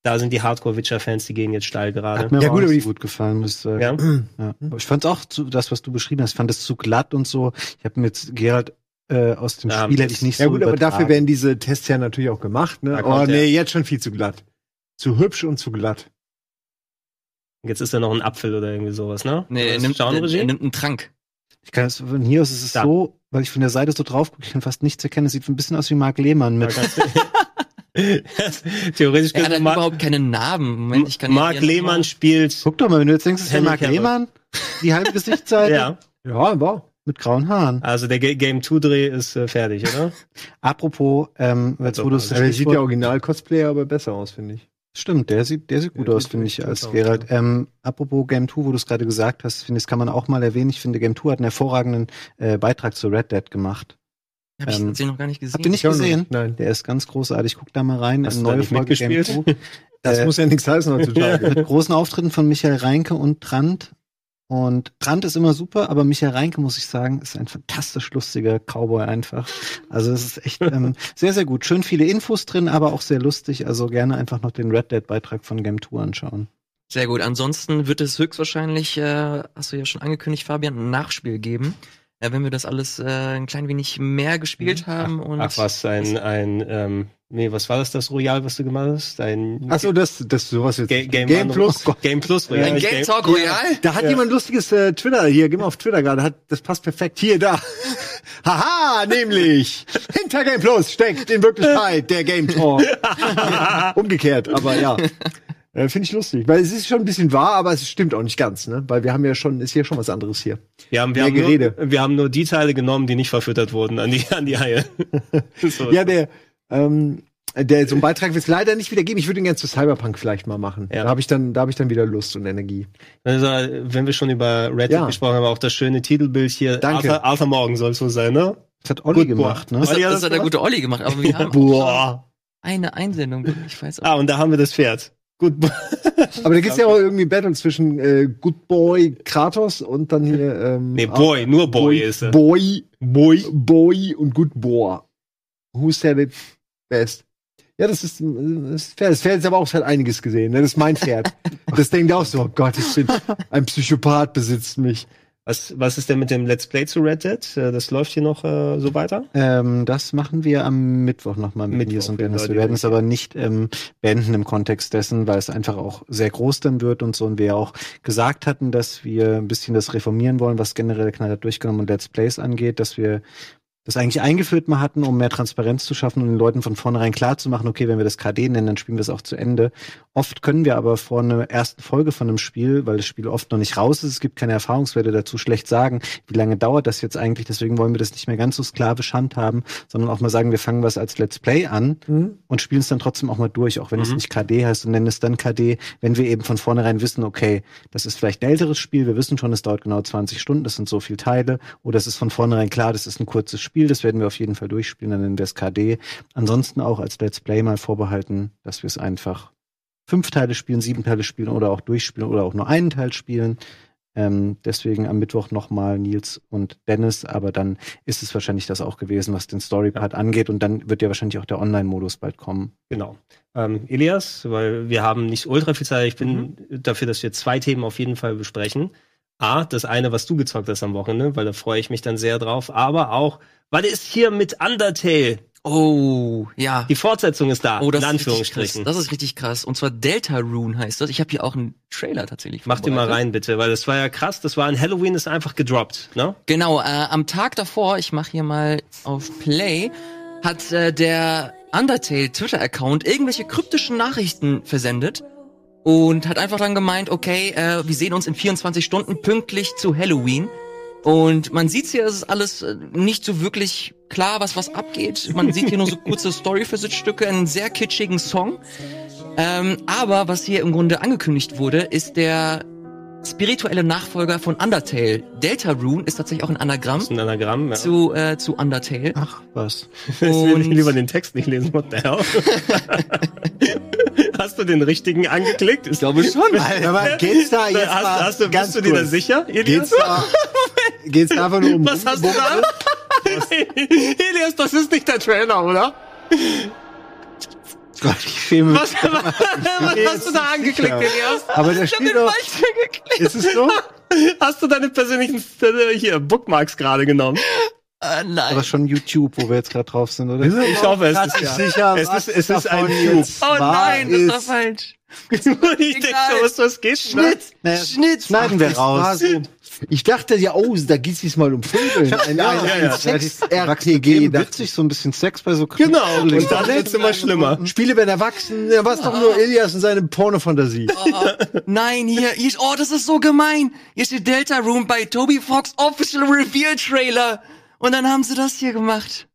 Da sind die Hardcore-Witcher-Fans, die gehen jetzt steil gerade. Hat mir aber die gut gefallen, muss ich sagen. Ja? Aber ich fand auch das, was du beschrieben hast, ich fand es zu glatt und so. Ich habe mit Gerald aus dem Spiel hätte ich nicht so gut, aber dafür werden diese Tests ja natürlich auch gemacht, ne? Oh nee, jetzt schon viel zu glatt. Zu hübsch und zu glatt. Jetzt ist da noch ein Apfel oder irgendwie sowas, ne? Nee, er nimmt einen Trank. Ich kann es von hier aus ist es so, weil ich von der Seite so drauf gucke, ich kann fast nichts erkennen. Es sieht ein bisschen aus wie Marc Lehmann mit. Theoretisch er hat überhaupt keinen Namen. Moment, ich kann Marc Lehmann spielt. Guck doch mal, wenn du jetzt denkst, es ist der Marc Lehmann, die halbe Gesichtsseite. Ja, wow. Mit grauen Haaren. Also der Game 2-Dreh ist fertig, oder? Apropos, jetzt wo du es sieht der Original-Cosplayer aber besser aus, finde ich. Stimmt, der sieht gut aus, finde ich, als Geralt. Apropos Game 2, wo du es gerade gesagt hast, finde ich, das kann man auch mal erwähnen. Ich finde, Game 2 hat einen hervorragenden Beitrag zu Red Dead gemacht. Hab ich den noch gar nicht gesehen. Habt ihr nicht gesehen? Nein. Der ist ganz großartig. Guck da mal rein. Hast eine du da neue nicht Folge Game 2. Das muss ja nichts heißen heutzutage. Mit großen Auftritten von Michael Reinke und Trant. Und Trant ist immer super, aber Michael Reinke, muss ich sagen, ist ein fantastisch lustiger Cowboy einfach. Also es ist echt sehr, sehr gut. Schön viele Infos drin, aber auch sehr lustig. Also gerne einfach noch den Red Dead-Beitrag von Game 2 anschauen. Sehr gut. Ansonsten wird es höchstwahrscheinlich, hast du ja schon angekündigt, Fabian, ein Nachspiel geben. Wenn wir das alles ein klein wenig mehr gespielt haben. Was war das Royal, was du gemacht hast? Achso, das sowas jetzt. Game Plus. Game Plus Royal. Ein Game Talk Royal? Da hat jemand lustiges Twitter, hier, geh mal auf Twitter gerade, das passt perfekt. Hier, da. Haha, nämlich, hinter Game Plus steckt in Wirklichkeit der Game Talk. Umgekehrt, aber ja. Finde ich lustig, weil es ist schon ein bisschen wahr, aber es stimmt auch nicht ganz, ne? Weil wir haben ja schon, ist hier schon was anderes hier. Wir haben nur die Teile genommen, die nicht verfüttert wurden an die Haie. So. Ja, so einen Beitrag wird es leider nicht wieder geben. Ich würde ihn gerne zu Cyberpunk vielleicht mal machen. Ja. Da habe ich dann wieder Lust und Energie. Also, wenn wir schon über Reddit gesprochen haben, auch das schöne Titelbild hier. Danke. Arthur Morgan soll es so sein, ne? Das hat Olli gemacht, ne? Das hat der gute Olli gemacht, aber wir haben auch eine Einsendung. Ich weiß auch. Und da haben wir das Pferd. Good Boy. Aber da gibt's ja auch irgendwie Battle zwischen Good Boy Kratos und dann hier Boy, nur Boy ist er. Boy und Good Boy. Who's the best? Ja, das ist Pferd. Das Pferd ist aber auch seit einiges gesehen. Ne? Das ist mein Pferd. Das denkt auch so, oh Gott, ich bin ein Psychopath, besitzt mich. Was ist denn mit dem Let's Play zu Red Dead? Das läuft hier noch so weiter? Das machen wir am Mittwoch nochmal mit Nils und Dennis. Wir werden es aber nicht beenden im Kontext dessen, weil es einfach auch sehr groß dann wird und so. Und wir ja auch gesagt hatten, dass wir ein bisschen das reformieren wollen, was generell knallhart durchgenommen und Let's Plays angeht, dass wir das eigentlich eingeführt mal hatten, um mehr Transparenz zu schaffen und den Leuten von vornherein klar zu machen, okay, wenn wir das KD nennen, dann spielen wir es auch zu Ende. Oft können wir aber vor einer ersten Folge von einem Spiel, weil das Spiel oft noch nicht raus ist, es gibt keine Erfahrungswerte dazu, schlecht sagen, wie lange dauert das jetzt eigentlich, deswegen wollen wir das nicht mehr ganz so sklavisch handhaben, sondern auch mal sagen, wir fangen was als Let's Play an und spielen es dann trotzdem auch mal durch, auch wenn es nicht KD heißt und nennen es dann KD, wenn wir eben von vornherein wissen, okay, das ist vielleicht ein älteres Spiel, wir wissen schon, es dauert genau 20 Stunden, das sind so viele Teile, oder es ist von vornherein klar, das ist ein kurzes Spiel, das werden wir auf jeden Fall durchspielen, dann nennen wir es KD. Ansonsten auch als Let's Play mal vorbehalten, dass wir es einfach 5 Teile spielen, 7 Teile spielen oder auch durchspielen oder auch nur einen Teil spielen. Deswegen am Mittwoch nochmal Nils und Dennis, aber dann ist es wahrscheinlich das auch gewesen, was den Story-Part angeht und dann wird ja wahrscheinlich auch der Online-Modus bald kommen. Genau. Elias, weil wir haben nicht ultra viel Zeit, ich bin dafür, dass wir 2 Themen auf jeden Fall besprechen. Das eine, was du gezockt hast am Wochenende, weil da freue ich mich dann sehr drauf, aber auch, weil es hier mit Undertale. Oh, ja. Die Fortsetzung ist da, in Anführungsstrichen. Das ist richtig krass. Und zwar Deltarune heißt das. Ich habe hier auch einen Trailer tatsächlich. Mach den mal rein, bitte, weil das war ja krass. Das war an Halloween, ist einfach gedroppt, ne? Genau, am Tag davor, ich mache hier mal auf Play, hat der Undertale Twitter-Account irgendwelche kryptischen Nachrichten versendet. Und hat einfach dann gemeint, okay, wir sehen uns in 24 Stunden pünktlich zu Halloween. Und man sieht hier, es ist alles nicht so wirklich klar, was abgeht. Man sieht hier nur so kurze Story-Versuchstücke, einen sehr kitschigen Song. Aber was hier im Grunde angekündigt wurde, ist der spirituelle Nachfolger von Undertale. Deltarune ist tatsächlich auch ein Anagramm. Das ist ein Anagramm, ja. Zu Undertale. Ach, was. Jetzt will ich lieber den Text nicht lesen, what the hell? Hast du den richtigen angeklickt? Ich glaube schon. Aber geht's da jetzt bist du dir da sicher, Elias? Geht's da einfach nur um... Was hast du da? Elias, das ist nicht der Trailer, oder? Gott, ich schäme mich. Was hast du da angeklickt, Elias? Aber da steht doch... Ist es so? Hast du deine persönlichen Bookmarks gerade genommen? Nein. Aber schon YouTube, wo wir jetzt gerade drauf sind, oder? Ich hoffe, es ist ja. Sicher, Es ist ein Tube. Oh nein, das war falsch. Ich denke so, was geht? Schnitt. Schneiden wir raus. Ich dachte ja, da geht's diesmal um Vögel. Ein Sex-RPG. Witzig, so ein bisschen Sex bei so Genau, und dann wird's immer schlimmer. Spiele werden erwachsen, da war's doch nur Elias und seine Pornofantasie. Nein, hier, das ist so gemein. Hier steht Delta Room bei Toby Fox Official Reveal Trailer. Und dann haben sie das hier gemacht.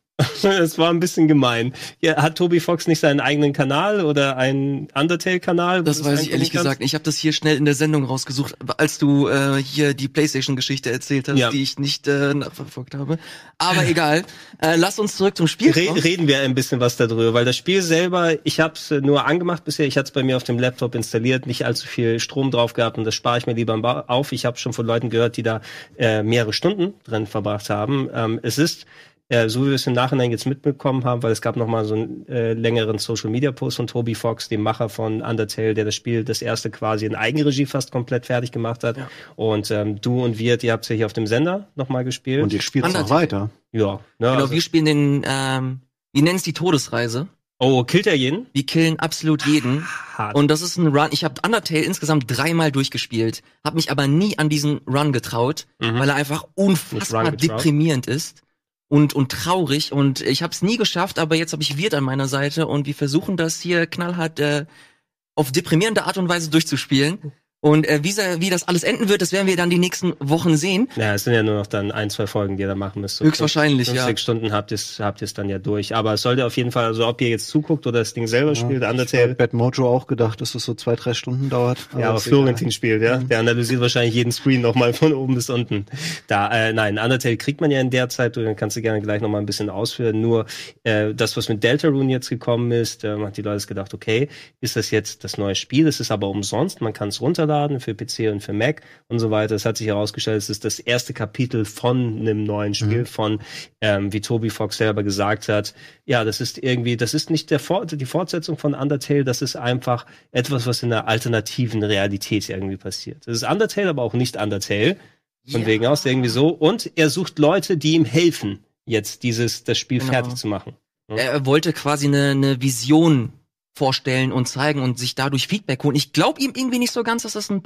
Es war ein bisschen gemein. Ja, hat Toby Fox nicht seinen eigenen Kanal oder einen Undertale-Kanal? Das weiß ich ehrlich gesagt. Ich habe das hier schnell in der Sendung rausgesucht, als du hier die PlayStation-Geschichte erzählt hast, die ich nicht nachverfolgt habe. Aber egal. Lass uns zurück zum Spiel kommen. Reden wir ein bisschen was darüber, weil das Spiel selber, ich habe es nur angemacht bisher. Ich hatte es bei mir auf dem Laptop installiert, nicht allzu viel Strom drauf gehabt und das spare ich mir lieber auf. Ich habe schon von Leuten gehört, die da mehrere Stunden drin verbracht haben. Es ist so wie wir es im Nachhinein jetzt mitbekommen haben, weil es gab noch mal so einen längeren Social-Media-Post von Toby Fox, dem Macher von Undertale, der das Spiel, das erste quasi in Eigenregie fast komplett fertig gemacht hat. Ja. Und du und Wirt, ihr habt es ja hier auf dem Sender noch mal gespielt. Und ihr spielt es noch weiter. Ja. Ne, genau, wir spielen den, wir nennen es die Todesreise. Oh, killt er jeden? Wir killen absolut jeden. Hart. Und das ist ein Run. Ich habe Undertale insgesamt 3-mal durchgespielt, habe mich aber nie an diesen Run getraut, weil er einfach unfassbar deprimierend ist. Und traurig, und ich habe es nie geschafft, aber jetzt habe ich Wirt an meiner Seite und wir versuchen das hier knallhart auf deprimierende Art und Weise durchzuspielen. Und wie das alles enden wird, das werden wir dann die nächsten Wochen sehen. Ja, es sind ja nur noch dann 1-2 Folgen, die ihr da machen müsst. So höchstwahrscheinlich, 5-6 Stunden habt ihr es dann ja durch. Aber es sollte auf jeden Fall, also ob ihr jetzt zuguckt oder das Ding selber spielt, Undertale. Bad Mojo auch gedacht, dass es so 2-3 Stunden dauert. Aber Florentin spielt, ja. Der analysiert wahrscheinlich jeden Screen nochmal von oben bis unten. Nein, Undertale kriegt man ja in der Zeit, dann kannst du gerne gleich nochmal ein bisschen ausführen. Nur das, was mit Deltarune jetzt gekommen ist, hat die Leute gedacht, okay, ist das jetzt das neue Spiel? Es ist aber umsonst, man kann es runterladen für PC und für Mac und so weiter. Es hat sich herausgestellt, es ist das erste Kapitel von einem neuen Spiel, von, wie Toby Fox selber gesagt hat, ja, das ist nicht die Fortsetzung von Undertale, das ist einfach etwas, was in einer alternativen Realität irgendwie passiert. Das ist Undertale, aber auch nicht Undertale. Von wegen aus irgendwie so. Und er sucht Leute, die ihm helfen, jetzt das Spiel fertig zu machen. Ja? Er wollte quasi eine Vision vorstellen und zeigen und sich dadurch Feedback holen. Ich glaube ihm irgendwie nicht so ganz, dass das eine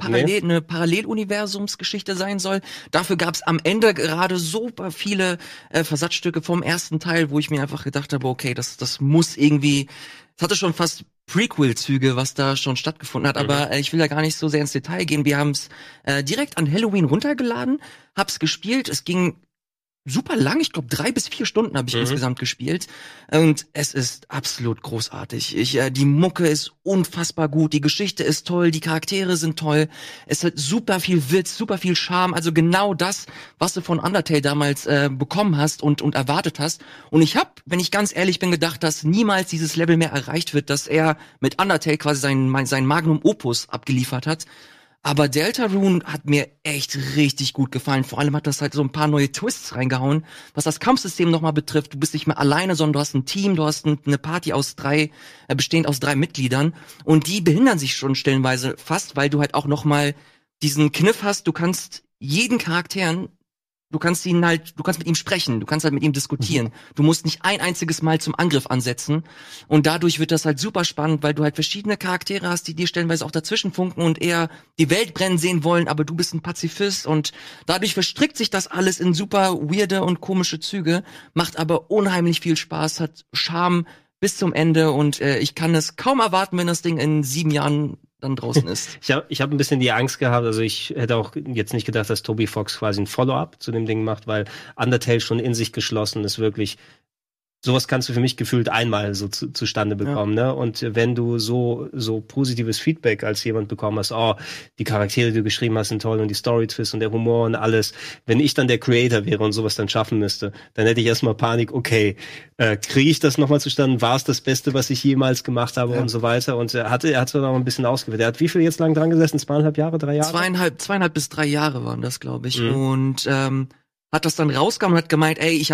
Paralleluniversumsgeschichte sein soll. Dafür gab es am Ende gerade super viele Versatzstücke vom ersten Teil, wo ich mir einfach gedacht habe, okay, das muss irgendwie, es hatte schon fast Prequel-Züge, was da schon stattgefunden hat, aber ich will da gar nicht so sehr ins Detail gehen. Wir haben es direkt an Halloween runtergeladen, hab's gespielt, es ging super lang, ich glaube 3 bis 4 Stunden habe ich insgesamt gespielt und es ist absolut großartig. Die Mucke ist unfassbar gut, die Geschichte ist toll, die Charaktere sind toll, es hat super viel Witz, super viel Charme, also genau das, was du von Undertale damals bekommen hast und erwartet hast. Und ich habe, wenn ich ganz ehrlich bin, gedacht, dass niemals dieses Level mehr erreicht wird, dass er mit Undertale quasi sein Magnum Opus abgeliefert hat. Aber Deltarune hat mir echt richtig gut gefallen. Vor allem hat das halt so ein paar neue Twists reingehauen, was das Kampfsystem nochmal betrifft. Du bist nicht mehr alleine, sondern du hast ein Team, du hast eine Party bestehend aus 3 Mitgliedern. Und die behindern sich schon stellenweise fast, weil du halt auch nochmal diesen Kniff hast, du kannst jeden Charakteren, du kannst mit ihm sprechen, du kannst halt mit ihm diskutieren. Du musst nicht ein einziges Mal zum Angriff ansetzen. Und dadurch wird das halt super spannend, weil du halt verschiedene Charaktere hast, die dir stellenweise auch dazwischen funken und eher die Welt brennen sehen wollen, aber du bist ein Pazifist und dadurch verstrickt sich das alles in super weirde und komische Züge, macht aber unheimlich viel Spaß, hat Charme bis zum Ende und ich kann es kaum erwarten, wenn das Ding in 7 Jahren dann draußen ist. Ich hab ein bisschen die Angst gehabt, also ich hätte auch jetzt nicht gedacht, dass Toby Fox quasi ein Follow-up zu dem Ding macht, weil Undertale schon in sich geschlossen ist, wirklich. Sowas kannst du für mich gefühlt einmal so zustande bekommen, ne? Und wenn du so positives Feedback als jemand bekommen hast, die Charaktere, die du geschrieben hast, sind toll und die Story-Twists und der Humor und alles. Wenn ich dann der Creator wäre und sowas dann schaffen müsste, dann hätte ich erstmal Panik, okay, kriege ich das nochmal zustande? War es das Beste, was ich jemals gemacht habe und so weiter? Und er hat so noch ein bisschen ausgewählt. Er hat wie viel jetzt lang dran gesessen? 2,5 Jahre, 3 Jahre? 2,5 bis 3 Jahre waren das, glaube ich. Und hat das dann rausgekommen und hat gemeint, ey, ich habe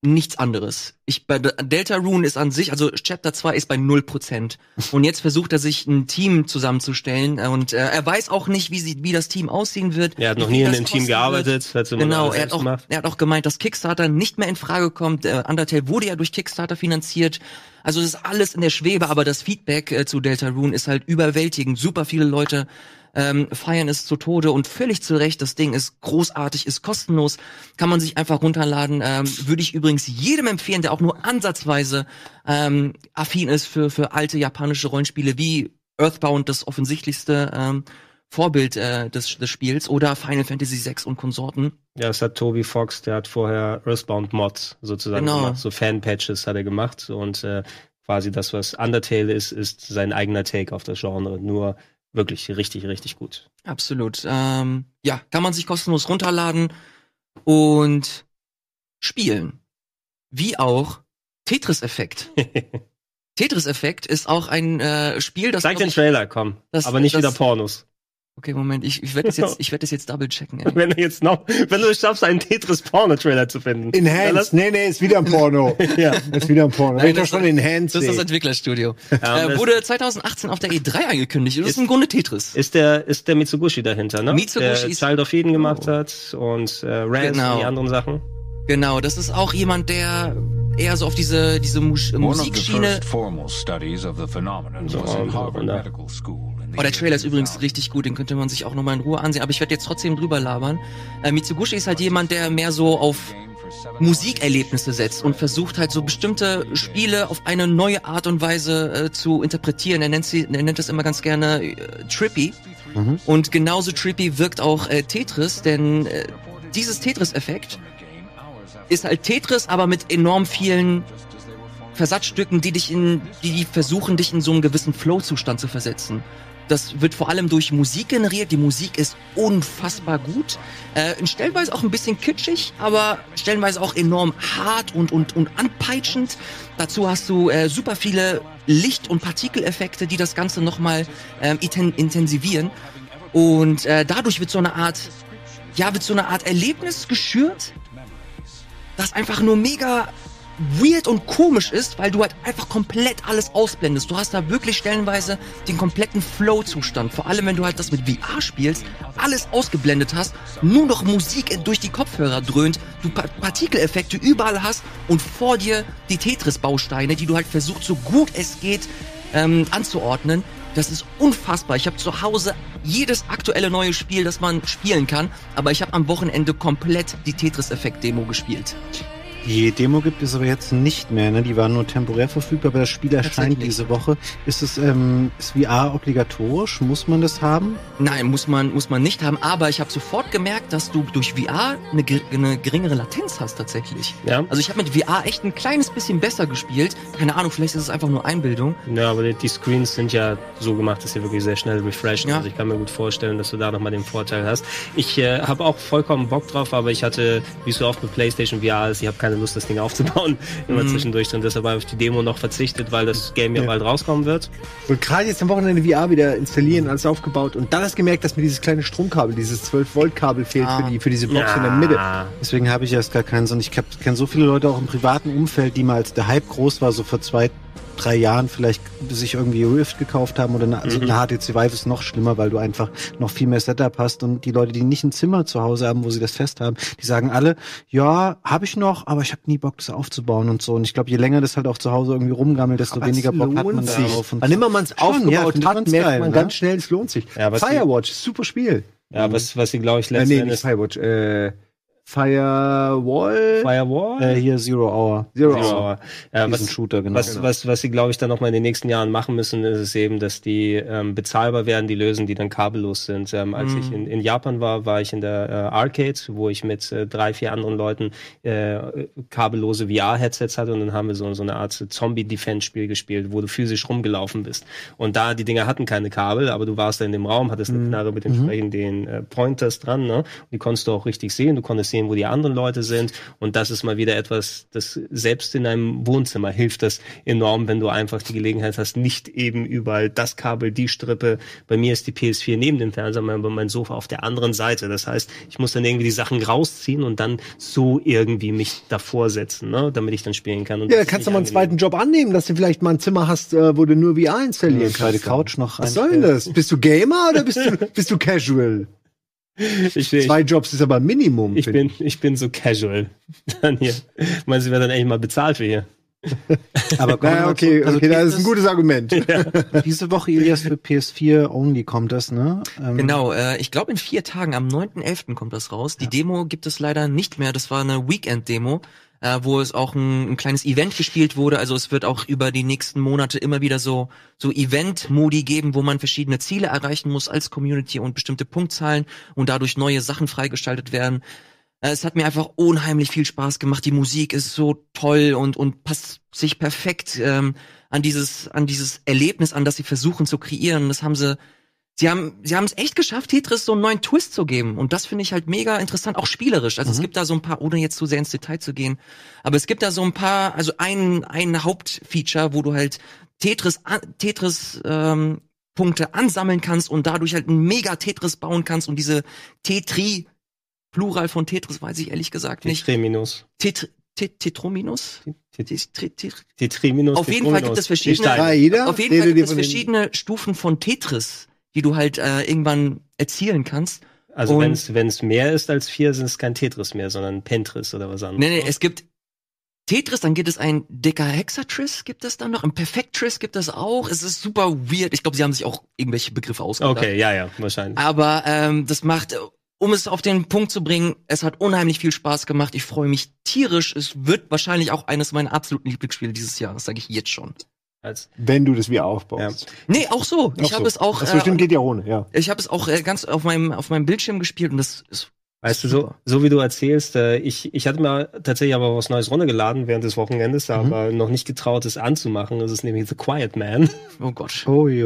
nichts anderes. Bei Deltarune ist an sich, also Chapter 2 ist bei 0%. Und jetzt versucht er sich ein Team zusammenzustellen und er weiß auch nicht, wie das Team aussehen wird. Er hat noch nie in einem Team gearbeitet. Genau, er hat auch gemeint, dass Kickstarter nicht mehr in Frage kommt. Undertale wurde ja durch Kickstarter finanziert. Also das ist alles in der Schwebe, aber das Feedback zu Deltarune ist halt überwältigend. Super viele Leute feiern es zu Tode und völlig zu Recht. Das Ding ist großartig, ist kostenlos, kann man sich einfach runterladen. Würde ich übrigens jedem empfehlen, der auch nur ansatzweise affin ist für alte japanische Rollenspiele wie Earthbound, das offensichtlichste Vorbild des Spiels, oder Final Fantasy VI und Konsorten. Ja, das hat Toby Fox, der hat vorher Earthbound Mods sozusagen gemacht. So Fan-Patches hat er gemacht und quasi das, was Undertale ist sein eigener Take auf das Genre. Nur wirklich richtig, richtig gut. Absolut. Ja, kann man sich kostenlos runterladen und spielen. Wie auch Tetris-Effekt. Tetris-Effekt ist auch ein Spiel, das... Zeig den Trailer, komm. Aber nicht wieder Pornos. Okay, Moment, ich werde das jetzt double checken. Ey. Wenn du es schaffst, einen Tetris-Porno-Trailer zu finden. Enhanced. Nee, ist wieder ein Porno. Ja. Ist wieder ein Porno. Nein, das ist das Entwicklerstudio. Wurde 2018 auf der E3 angekündigt. Das ist im Grunde Tetris. Ist der Mitsugushi dahinter, ne? Mitsugushi der Child of Eden gemacht hat und Rance und die anderen Sachen. Genau, das ist auch jemand, der eher so auf diese Musikschiene... der Trailer ist übrigens richtig gut, den könnte man sich auch nochmal in Ruhe ansehen, aber ich werde jetzt trotzdem drüber labern. Mitsugushi ist halt jemand, der mehr so auf Musikerlebnisse setzt und versucht halt so bestimmte Spiele auf eine neue Art und Weise zu interpretieren. Er nennt das immer ganz gerne trippy. Mhm. Und genauso trippy wirkt auch Tetris, denn dieses Tetris-Effekt ist halt Tetris, aber mit enorm vielen Versatzstücken, die versuchen, dich in so einen gewissen Flow-Zustand zu versetzen. Das wird vor allem durch Musik generiert. Die Musik ist unfassbar gut. Stellenweise auch ein bisschen kitschig, aber stellenweise auch enorm hart und anpeitschend. Dazu hast du super viele Licht- und Partikeleffekte, die das Ganze nochmal intensivieren. Und dadurch wird so eine Art Erlebnis geschürt, das einfach nur mega weird und komisch ist, weil du halt einfach komplett alles ausblendest. Du hast da wirklich stellenweise den kompletten Flow-Zustand. Vor allem, wenn du halt das mit VR spielst, alles ausgeblendet hast, nur noch Musik durch die Kopfhörer dröhnt, du Partikeleffekte überall hast und vor dir die Tetris-Bausteine, die du halt versuchst, so gut es geht, anzuordnen. Das ist unfassbar. Ich habe zu Hause jedes aktuelle neue Spiel, das man spielen kann, aber ich habe am Wochenende komplett die Tetris-Effekt-Demo gespielt. Die Demo gibt es aber jetzt nicht mehr, ne? Die war nur temporär verfügbar, aber das Spiel erscheint diese Woche. Ist VR obligatorisch? Muss man das haben? Nein, muss man nicht haben, aber ich habe sofort gemerkt, dass du durch VR eine geringere Latenz hast tatsächlich. Ja. Also ich habe mit VR echt ein kleines bisschen besser gespielt. Keine Ahnung, vielleicht ist es einfach nur Einbildung. Ja, aber die Screens sind ja so gemacht, dass sie wirklich sehr schnell refreshen. Ja. Also ich kann mir gut vorstellen, dass du da nochmal den Vorteil hast. Ich habe auch vollkommen Bock drauf, aber ich hatte, wie es so oft mit PlayStation VR ist, ich habe keine Lust, das Ding aufzubauen, immer zwischendurch. Und deshalb habe ich die Demo noch verzichtet, weil das Game ja bald rauskommen wird. Und gerade jetzt am Wochenende VR wieder installieren, alles aufgebaut. Und dann hast du gemerkt, dass mir dieses kleine Stromkabel, dieses 12-Volt-Kabel fehlt für diese Box in der Mitte. Deswegen habe ich erst gar keinen Sinn. Ich kenne so viele Leute auch im privaten Umfeld, die mal, als der Hype groß war, so vor 2-3 Jahren vielleicht sich irgendwie Rift gekauft haben oder eine HTC Vive ist noch schlimmer, weil du einfach noch viel mehr Setup hast und die Leute, die nicht ein Zimmer zu Hause haben, wo sie das fest haben, die sagen alle, ja, habe ich noch, aber ich habe nie Bock, das aufzubauen und so. Und ich glaube, je länger das halt auch zu Hause irgendwie rumgammelt, desto weniger Bock hat man darauf. Wann immer man es aufgebaut hat, merkt man ganz schnell, es lohnt sich. Ja, Firewatch, super Spiel. Ja, was sie, glaube ich, letzten Endes... Firewatch, Firewall? Hier Zero Hour. Zero Hour. Ja, was ein Shooter, genau. Was sie, glaube ich, dann nochmal in den nächsten Jahren machen müssen, ist es eben, dass die bezahlbar werden, die Lösen, die dann kabellos sind. Als ich in Japan war ich in der Arcade, wo ich mit 3-4 anderen Leuten kabellose VR-Headsets hatte und dann haben wir so eine Art Zombie-Defense-Spiel gespielt, wo du physisch rumgelaufen bist. Und da, die Dinger hatten keine Kabel, aber du warst da in dem Raum, hattest eine Knarre mit entsprechend den Pointers dran, ne? Und die konntest du auch richtig sehen, du konntest sehen, wo die anderen Leute sind. Und das ist mal wieder etwas, das selbst in einem Wohnzimmer hilft das enorm, wenn du einfach die Gelegenheit hast, nicht eben überall das Kabel, die Strippe. Bei mir ist die PS4 neben dem Fernseher, mein Sofa auf der anderen Seite. Das heißt, ich muss dann irgendwie die Sachen rausziehen und dann so irgendwie mich davor setzen, ne, damit ich dann spielen kann. Und ja, da kannst du mal einen zweiten Job annehmen, dass du vielleicht mal ein Zimmer hast, wo du nur VR installieren kannst. Die Couch noch. Was soll denn das? Bist du Gamer oder bist du Casual? 2 Jobs ist aber ein Minimum. Ich bin so casual. Dann hier. Meinst du, wer dann eigentlich mal bezahlt für hier? Aber naja, okay, das ist ein gutes Argument. Ja. Diese Woche, Ilias, für PS4 only kommt das, ne? Genau, ich glaube in 4 Tagen, am 9.11. kommt das raus. Die Demo gibt es leider nicht mehr, das war eine Weekend-Demo, wo es auch ein kleines Event gespielt wurde. Also es wird auch über die nächsten Monate immer wieder so Event-Modi geben, wo man verschiedene Ziele erreichen muss als Community und bestimmte Punktzahlen und dadurch neue Sachen freigeschaltet werden. Es hat mir einfach unheimlich viel Spaß gemacht. Die Musik ist so toll und passt sich perfekt an dieses Erlebnis an, das sie versuchen zu kreieren. Das haben sie haben es echt geschafft, Tetris so einen neuen Twist zu geben. Und das finde ich halt mega interessant, auch spielerisch. Also es gibt da so ein paar, ohne jetzt zu sehr ins Detail zu gehen, aber es gibt da so ein paar, also ein Hauptfeature, wo du halt Tetris Punkte ansammeln kannst und dadurch halt ein mega Tetris bauen kannst und diese Plural von Tetris weiß ich ehrlich gesagt nicht. Tetriminus. Tetrominus? Tetriminus. Auf jeden Fall gibt es verschiedene Stufen von Tetris, die du halt irgendwann erzielen kannst. Also wenn es mehr ist als 4, sind es kein Tetris mehr, sondern Pentris oder was anderes. Nee, es gibt Tetris, dann gibt es ein Dekahexatris, gibt es dann noch, ein Perfectris gibt es auch. Es ist super weird. Ich glaube, sie haben sich auch irgendwelche Begriffe ausgedacht. Okay, ja, wahrscheinlich. Aber das macht, um es auf den Punkt zu bringen, es hat unheimlich viel Spaß gemacht. Ich freue mich tierisch. Es wird wahrscheinlich auch eines meiner absoluten Lieblingsspiele dieses Jahr. Das sage ich jetzt schon. Wenn du das wieder aufbaust. Ja. Nee, auch so. Ich habe es auch. Achso, stimmt, geht ja ohne, ja. Ich habe es auch ganz auf meinem Bildschirm gespielt und das ist. Weißt du, so wie du erzählst, ich hatte mal tatsächlich aber was Neues runtergeladen während des Wochenendes, aber noch nicht getraut, es anzumachen. Das ist nämlich The Quiet Man. Oh Gott.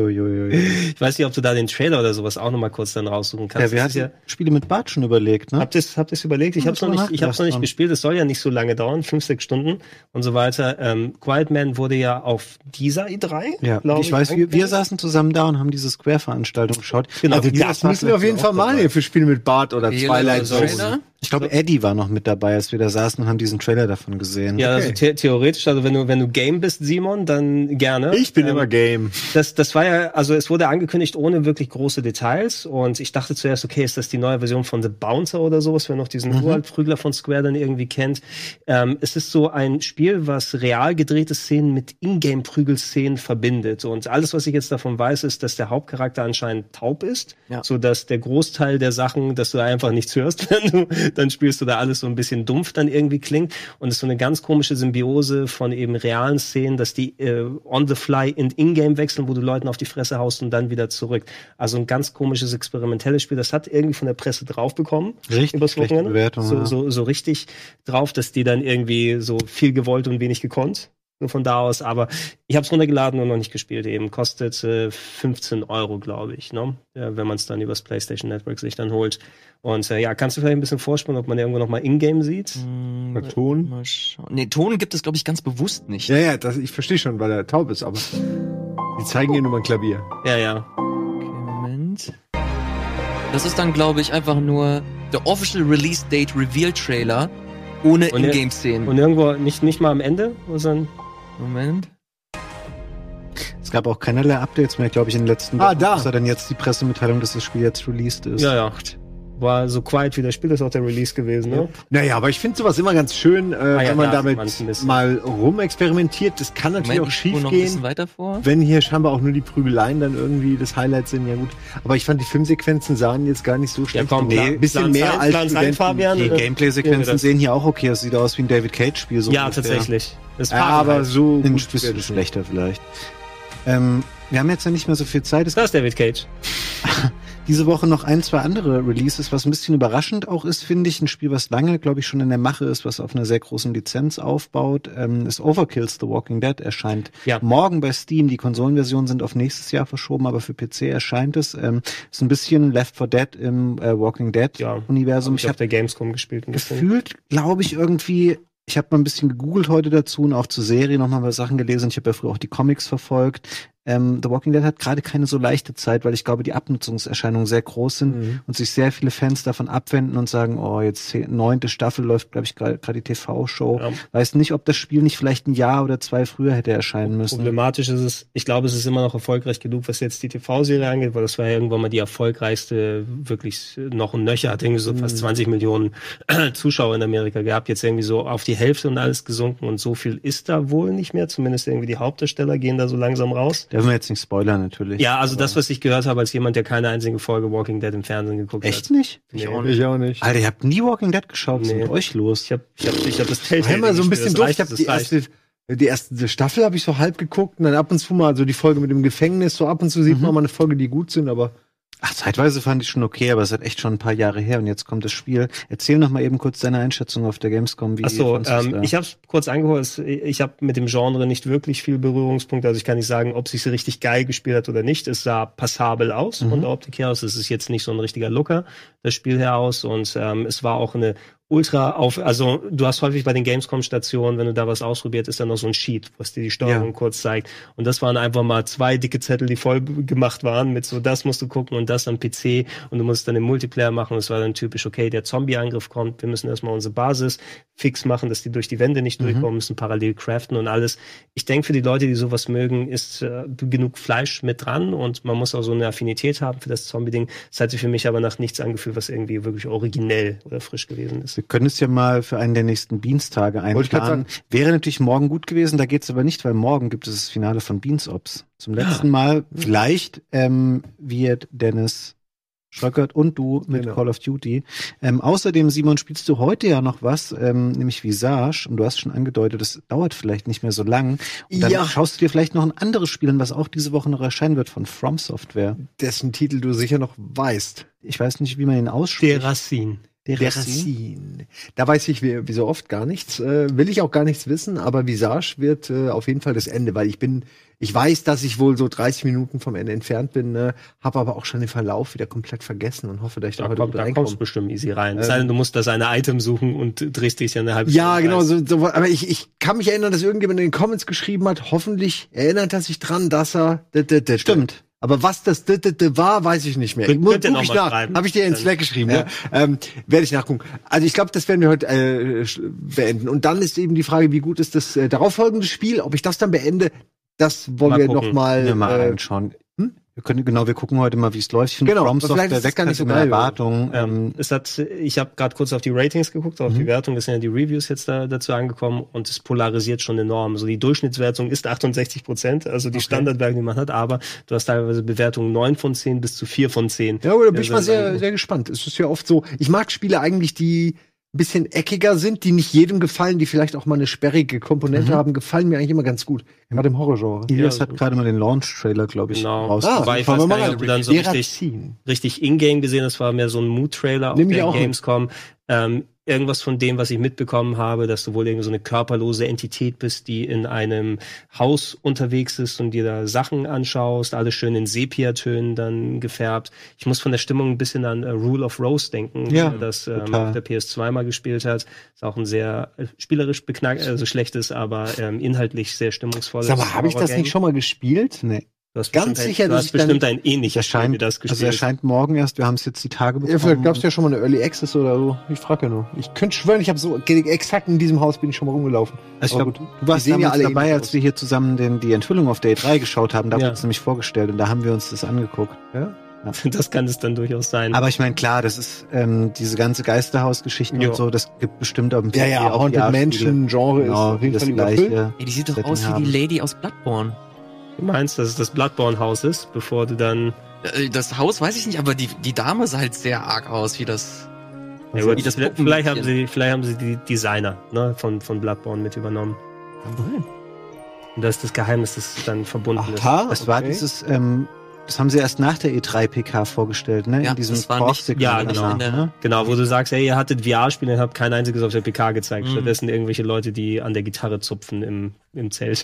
Ich weiß nicht, ob du da den Trailer oder sowas auch noch mal kurz dann raussuchen kannst. Ja, wir hatten Spiele mit Bart schon überlegt, ne? Habt ihr es überlegt? Ich hab's noch nicht gespielt. Es soll ja nicht so lange dauern, 5-6 Stunden und so weiter. Quiet Man wurde ja auf dieser E3, glaube ich. Ich weiß, wir saßen zusammen da und haben diese Square-Veranstaltung geschaut. Genau. Also das müssen wir auf jeden Fall mal hier für Spiele mit Bart oder Twilight. Ich glaube, Eddie war noch mit dabei, als wir da saßen und haben diesen Trailer davon gesehen. Ja, also theoretisch, also wenn du Game bist, Simon, dann gerne. Ich bin immer Game. Das war ja, also es wurde angekündigt ohne wirklich große Details und ich dachte zuerst, okay, ist das die neue Version von The Bouncer oder sowas, wer noch diesen Uralt-Prügler von Square dann irgendwie kennt. Es ist so ein Spiel, was real gedrehte Szenen mit Ingame-Prügelszenen verbindet und alles, was ich jetzt davon weiß, ist, dass der Hauptcharakter anscheinend taub ist, so dass der Großteil der Sachen, dass du einfach nichts hörst, wenn du dann spielst du da alles so ein bisschen dumpf dann irgendwie klingt und es ist so eine ganz komische Symbiose von eben realen Szenen, dass die on the fly in-game wechseln, wo du Leuten auf die Fresse haust und dann wieder zurück. Also ein ganz komisches experimentelles Spiel. Das hat irgendwie von der Presse drauf bekommen. Richtig, übers Wochenende. Bewertung, so richtig drauf, dass die dann irgendwie so viel gewollt und wenig gekonnt. So von da aus, aber ich habe es runtergeladen und noch nicht gespielt eben. Kostet 15 €, glaube ich, ne? Ja, wenn man es dann übers PlayStation Network sich dann holt. Und kannst du vielleicht ein bisschen vorspulen, ob man irgendwo noch mal in-game sieht? Ton? Nee, Ton gibt es, glaube ich, ganz bewusst nicht. Ja, ich verstehe schon, weil er taub ist, aber die zeigen hier nur mal ein Klavier. Ja. Okay, Moment. Das ist dann, glaube ich, einfach nur der Official Release Date Reveal Trailer ohne In-Game-Szenen. Und irgendwo nicht mal am Ende, sondern Moment. Es gab auch keinerlei Updates mehr, glaube ich, in den letzten Wochen. Da. Außer dann jetzt die Pressemitteilung, dass das Spiel jetzt released ist. Ja. War so quiet wie das Spiel, ist auch der Release gewesen, ne? Naja, aber ich finde sowas immer ganz schön, wenn man damit mal rumexperimentiert. Das kann natürlich auch schief gehen, wenn hier scheinbar auch nur die Prügeleien dann irgendwie das Highlight sind. Ja gut, aber ich fand die Filmsequenzen sahen jetzt gar nicht so schlecht aus. Nee, ein bisschen mehr als Fabian. Die Gameplay-Sequenzen sehen hier auch okay aus. Sieht aus wie ein David Cage-Spiel. So ja, tatsächlich. Das aber so ein bisschen schlechter vielleicht. Wir haben jetzt ja nicht mehr so viel Zeit. Das ist David Cage. Diese Woche noch 1, 2 andere Releases, was ein bisschen überraschend auch ist, finde ich. Ein Spiel, was lange, glaube ich, schon in der Mache ist, was auf einer sehr großen Lizenz aufbaut, ist Overkill's The Walking Dead, erscheint morgen bei Steam. Die Konsolenversionen sind auf nächstes Jahr verschoben, aber für PC erscheint es. Ist ein bisschen Left 4 Dead im Walking Dead-Universum. Ich habe der Gamescom gespielt. Gefühlt, glaube ich, irgendwie. Ich habe mal ein bisschen gegoogelt heute dazu und auch zur Serie nochmal was Sachen gelesen. Ich habe ja früher auch die Comics verfolgt. The Walking Dead hat gerade keine so leichte Zeit, weil ich glaube, die Abnutzungserscheinungen sehr groß sind und sich sehr viele Fans davon abwenden und sagen, oh, jetzt 9. Staffel läuft, glaube ich, gerade die TV-Show. Ja. Weiß nicht, ob das Spiel nicht vielleicht 1 Jahr oder 2 früher hätte erscheinen müssen. Problematisch ist es, ich glaube, es ist immer noch erfolgreich genug, was jetzt die TV-Serie angeht, weil das war ja irgendwann mal die erfolgreichste, wirklich noch ein Nöcher, hat irgendwie so fast 20 Millionen Zuschauer in Amerika gehabt, jetzt irgendwie so auf die Hälfte und alles gesunken und so viel ist da wohl nicht mehr, zumindest irgendwie die Hauptdarsteller gehen da so langsam raus. Dürfen wir jetzt nicht spoilern, natürlich. Ja, also das, was ich gehört habe, als jemand, der keine einzige Folge Walking Dead im Fernsehen geguckt hat. Echt nicht? Nee. Ich auch nicht. Alter, ihr habt nie Walking Dead geschaut, was ist mit euch los? Ich hab das Telltale immer so ein bisschen durch. Ich habe die erste Staffel habe ich so halb geguckt und dann ab und zu mal so die Folge mit dem Gefängnis, so ab und zu sieht man mal eine Folge, die gut sind, aber Ach, zeitweise fand ich schon okay, aber es hat echt schon ein paar Jahre her und jetzt kommt das Spiel. Erzähl noch mal eben kurz deine Einschätzung auf der Gamescom. Ich habe es kurz angeholt. Ich habe mit dem Genre nicht wirklich viel Berührungspunkte. Also ich kann nicht sagen, ob es sich richtig geil gespielt hat oder nicht. Es sah passabel aus von der Optik her aus. Es ist jetzt nicht so ein richtiger Looker, das Spiel her aus. Und es war auch eine also du hast häufig bei den Gamescom-Stationen, wenn du da was ausprobiert, ist dann noch so ein Sheet, was dir die Steuerung kurz zeigt. Und das waren einfach mal 2 dicke Zettel, die voll gemacht waren mit so, das musst du gucken und das am PC und du musst dann im Multiplayer machen. Und es war dann typisch, okay, der Zombie-Angriff kommt, wir müssen erstmal unsere Basis fix machen, dass die durch die Wände nicht durchkommen, müssen parallel craften und alles. Ich denke, für die Leute, die sowas mögen, ist genug Fleisch mit dran und man muss auch so eine Affinität haben für das Zombie-Ding. Es hat sich für mich aber nach nichts angefühlt, was irgendwie wirklich originell oder frisch gewesen ist. Wir können es ja mal für einen der nächsten Beans-Tage einplanen. Wäre natürlich morgen gut gewesen, da geht's aber nicht, weil morgen gibt es das Finale von Beans Ops. Zum letzten Mal. Vielleicht wird Dennis Schröckert und du mit Call of Duty. Außerdem, Simon, spielst du heute ja noch was, nämlich Visage. Und du hast schon angedeutet, das dauert vielleicht nicht mehr so lang. Und dann schaust du dir vielleicht noch ein anderes Spiel an, was auch diese Woche noch erscheinen wird von From Software. Dessen Titel du sicher noch weißt. Ich weiß nicht, wie man ihn ausspricht. Deracine. Da weiß ich wie so oft gar nichts. Will ich auch gar nichts wissen, aber Visage wird auf jeden Fall das Ende, weil ich weiß, dass ich wohl so 30 Minuten vom Ende entfernt bin, habe aber auch schon den Verlauf wieder komplett vergessen und hoffe, dass ich da heute gut reinkomme. Da kommst du bestimmt easy rein. Es sei denn, du musst da seine Item suchen und drehst dich ja eine halbe Stunde. Ja, genau, so, aber ich kann mich erinnern, dass irgendjemand in den Comments geschrieben hat, hoffentlich erinnert er sich dran, dass er Stimmt. Aber was das war, weiß ich nicht mehr. Könnt ihr noch mal schreiben. Habe ich dir ins Slack geschrieben, ja. Werde ich nachgucken. Also ich glaube, das werden wir heute beenden. Und dann ist eben die Frage, wie gut ist das darauffolgende Spiel? Ob ich das dann beende, das wollen wir noch mal reinschauen. Wir gucken heute mal, wie es läuft. Ich finde, From Software weg nicht so eine Erwartung. Ich habe gerade kurz auf die Ratings geguckt, auf die Wertung. Es sind ja die Reviews jetzt dazu angekommen und es polarisiert schon enorm. Also die Durchschnittswertung ist 68%, also die Standardwertung, die man hat, aber du hast teilweise Bewertungen 9 von 10 bis zu 4 von 10. Ja, da bin ich mal sehr, sehr gespannt. Es ist ja oft so, ich mag Spiele eigentlich, die ein bisschen eckiger sind, die nicht jedem gefallen, die vielleicht auch mal eine sperrige Komponente haben, gefallen mir eigentlich immer ganz gut. Gerade im Horrorgenre. Ilias hat gerade mal den Launch-Trailer, glaube ich, rausgebracht. Ich weiß gar nicht, ob du dann so richtig in-game gesehen hast, war mehr so ein Mood-Trailer auf der Gamescom. Irgendwas von dem, was ich mitbekommen habe, dass du wohl irgendwie so eine körperlose Entität bist, die in einem Haus unterwegs ist und dir da Sachen anschaust, alles schön in Sepiatönen dann gefärbt. Ich muss von der Stimmung ein bisschen an Rule of Rose denken, das auf der PS2 mal gespielt hat. Ist auch ein sehr spielerisch schlechtes, aber inhaltlich sehr stimmungsvolles. Sag mal, habe ich das nicht schon mal gespielt? Nee. Du hast bestimmt ein ähnliches Spiel, das gespielt. Also erscheint morgen erst, wir haben es jetzt die Tage bekommen. Ja, vielleicht gab es ja schon mal eine Early Access oder so. Ich frage ja nur. Ich könnte schwören, ich habe so exakt in diesem Haus bin ich schon mal rumgelaufen. Also ich glaube, du warst damals dabei, als wir hier zusammen die Enthüllung auf der E3 geschaut haben. Da haben wir uns nämlich vorgestellt und da haben wir uns das angeguckt. Ja? Das kann es dann durchaus sein. Aber ich meine, klar, das ist diese ganze Geisterhaus-Geschichten und so, das gibt bestimmt auch ein bisschen. Ja, Haunted Mansion-Genre ist auf jeden Fall das Gleiche. Die sieht doch aus wie die Lady aus Bloodborne. Du meinst, dass es das Bloodborne-Haus ist, bevor du dann... Das Haus weiß ich nicht, aber die Dame sah halt sehr arg aus, wie das... Ja, wie das vielleicht haben sie die Designer von Bloodborne mit übernommen. Und das ist das Geheimnis, das dann verbunden ist. Das war dieses Das haben sie erst nach der E3-PK vorgestellt, ne? Ja, in diesem das war nicht, ja, genau. Ne? Genau, wo du sagst, hey, ihr hattet VR-Spiele und habt kein einziges auf der PK gezeigt. Stattdessen irgendwelche Leute, die an der Gitarre zupfen im Zelt.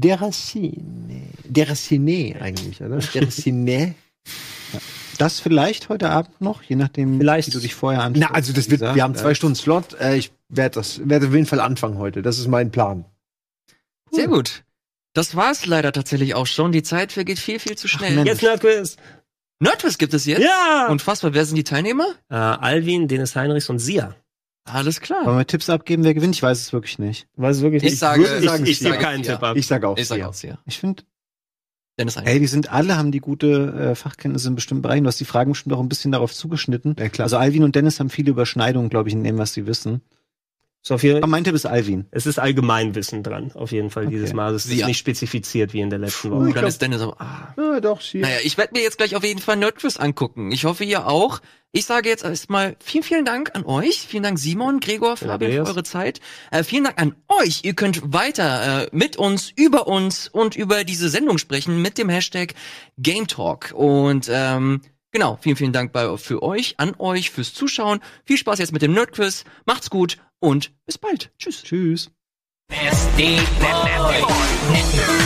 Deracine eigentlich, oder? Deracine. Das vielleicht heute Abend noch, je nachdem, wie du dich vorher anschaust. Na, also wir haben 2 Stunden Slot. Ich werde auf jeden Fall anfangen heute. Das ist mein Plan. Sehr gut. Das war's leider tatsächlich auch schon. Die Zeit vergeht viel, viel zu schnell. Jetzt Nerdquiz! Nerdquiz gibt es jetzt? Ja! Unfassbar. Wer sind die Teilnehmer? Alvin, Dennis Heinrichs und Sia. Alles klar. Wollen wir Tipps abgeben, wer gewinnt? Ich weiß es wirklich nicht. Weiß es wirklich nicht? Ich sage keinen Tipp ab. Ich sage auch Sia. Ich finde, Dennis Heinrichs. die sind haben die gute Fachkenntnisse in bestimmten Bereichen. Du hast die Fragen bestimmt auch ein bisschen darauf zugeschnitten. Ja, klar. Also Alvin und Dennis haben viele Überschneidungen, glaube ich, in dem, was sie wissen. Aber mein Tipp ist Alvin. Es ist Allgemeinwissen dran, auf jeden Fall dieses Mal. Es ist nicht spezifiziert wie in der letzten Woche. Dann ist Dennis aber, Ja, doch, Sia. Naja, ich werde mir jetzt gleich auf jeden Fall Nerdquiz angucken. Ich hoffe, ihr auch. Ich sage jetzt erstmal vielen Dank an euch. Vielen Dank Simon, Gregor, Fabian für eure Zeit. Vielen Dank an euch. Ihr könnt weiter mit uns und über diese Sendung sprechen mit dem Hashtag GameTalk. Und genau, vielen Dank für euch, an euch fürs Zuschauen. Viel Spaß jetzt mit dem Nerdquiz. Macht's gut und bis bald. Tschüss. Tschüss. SD Boy.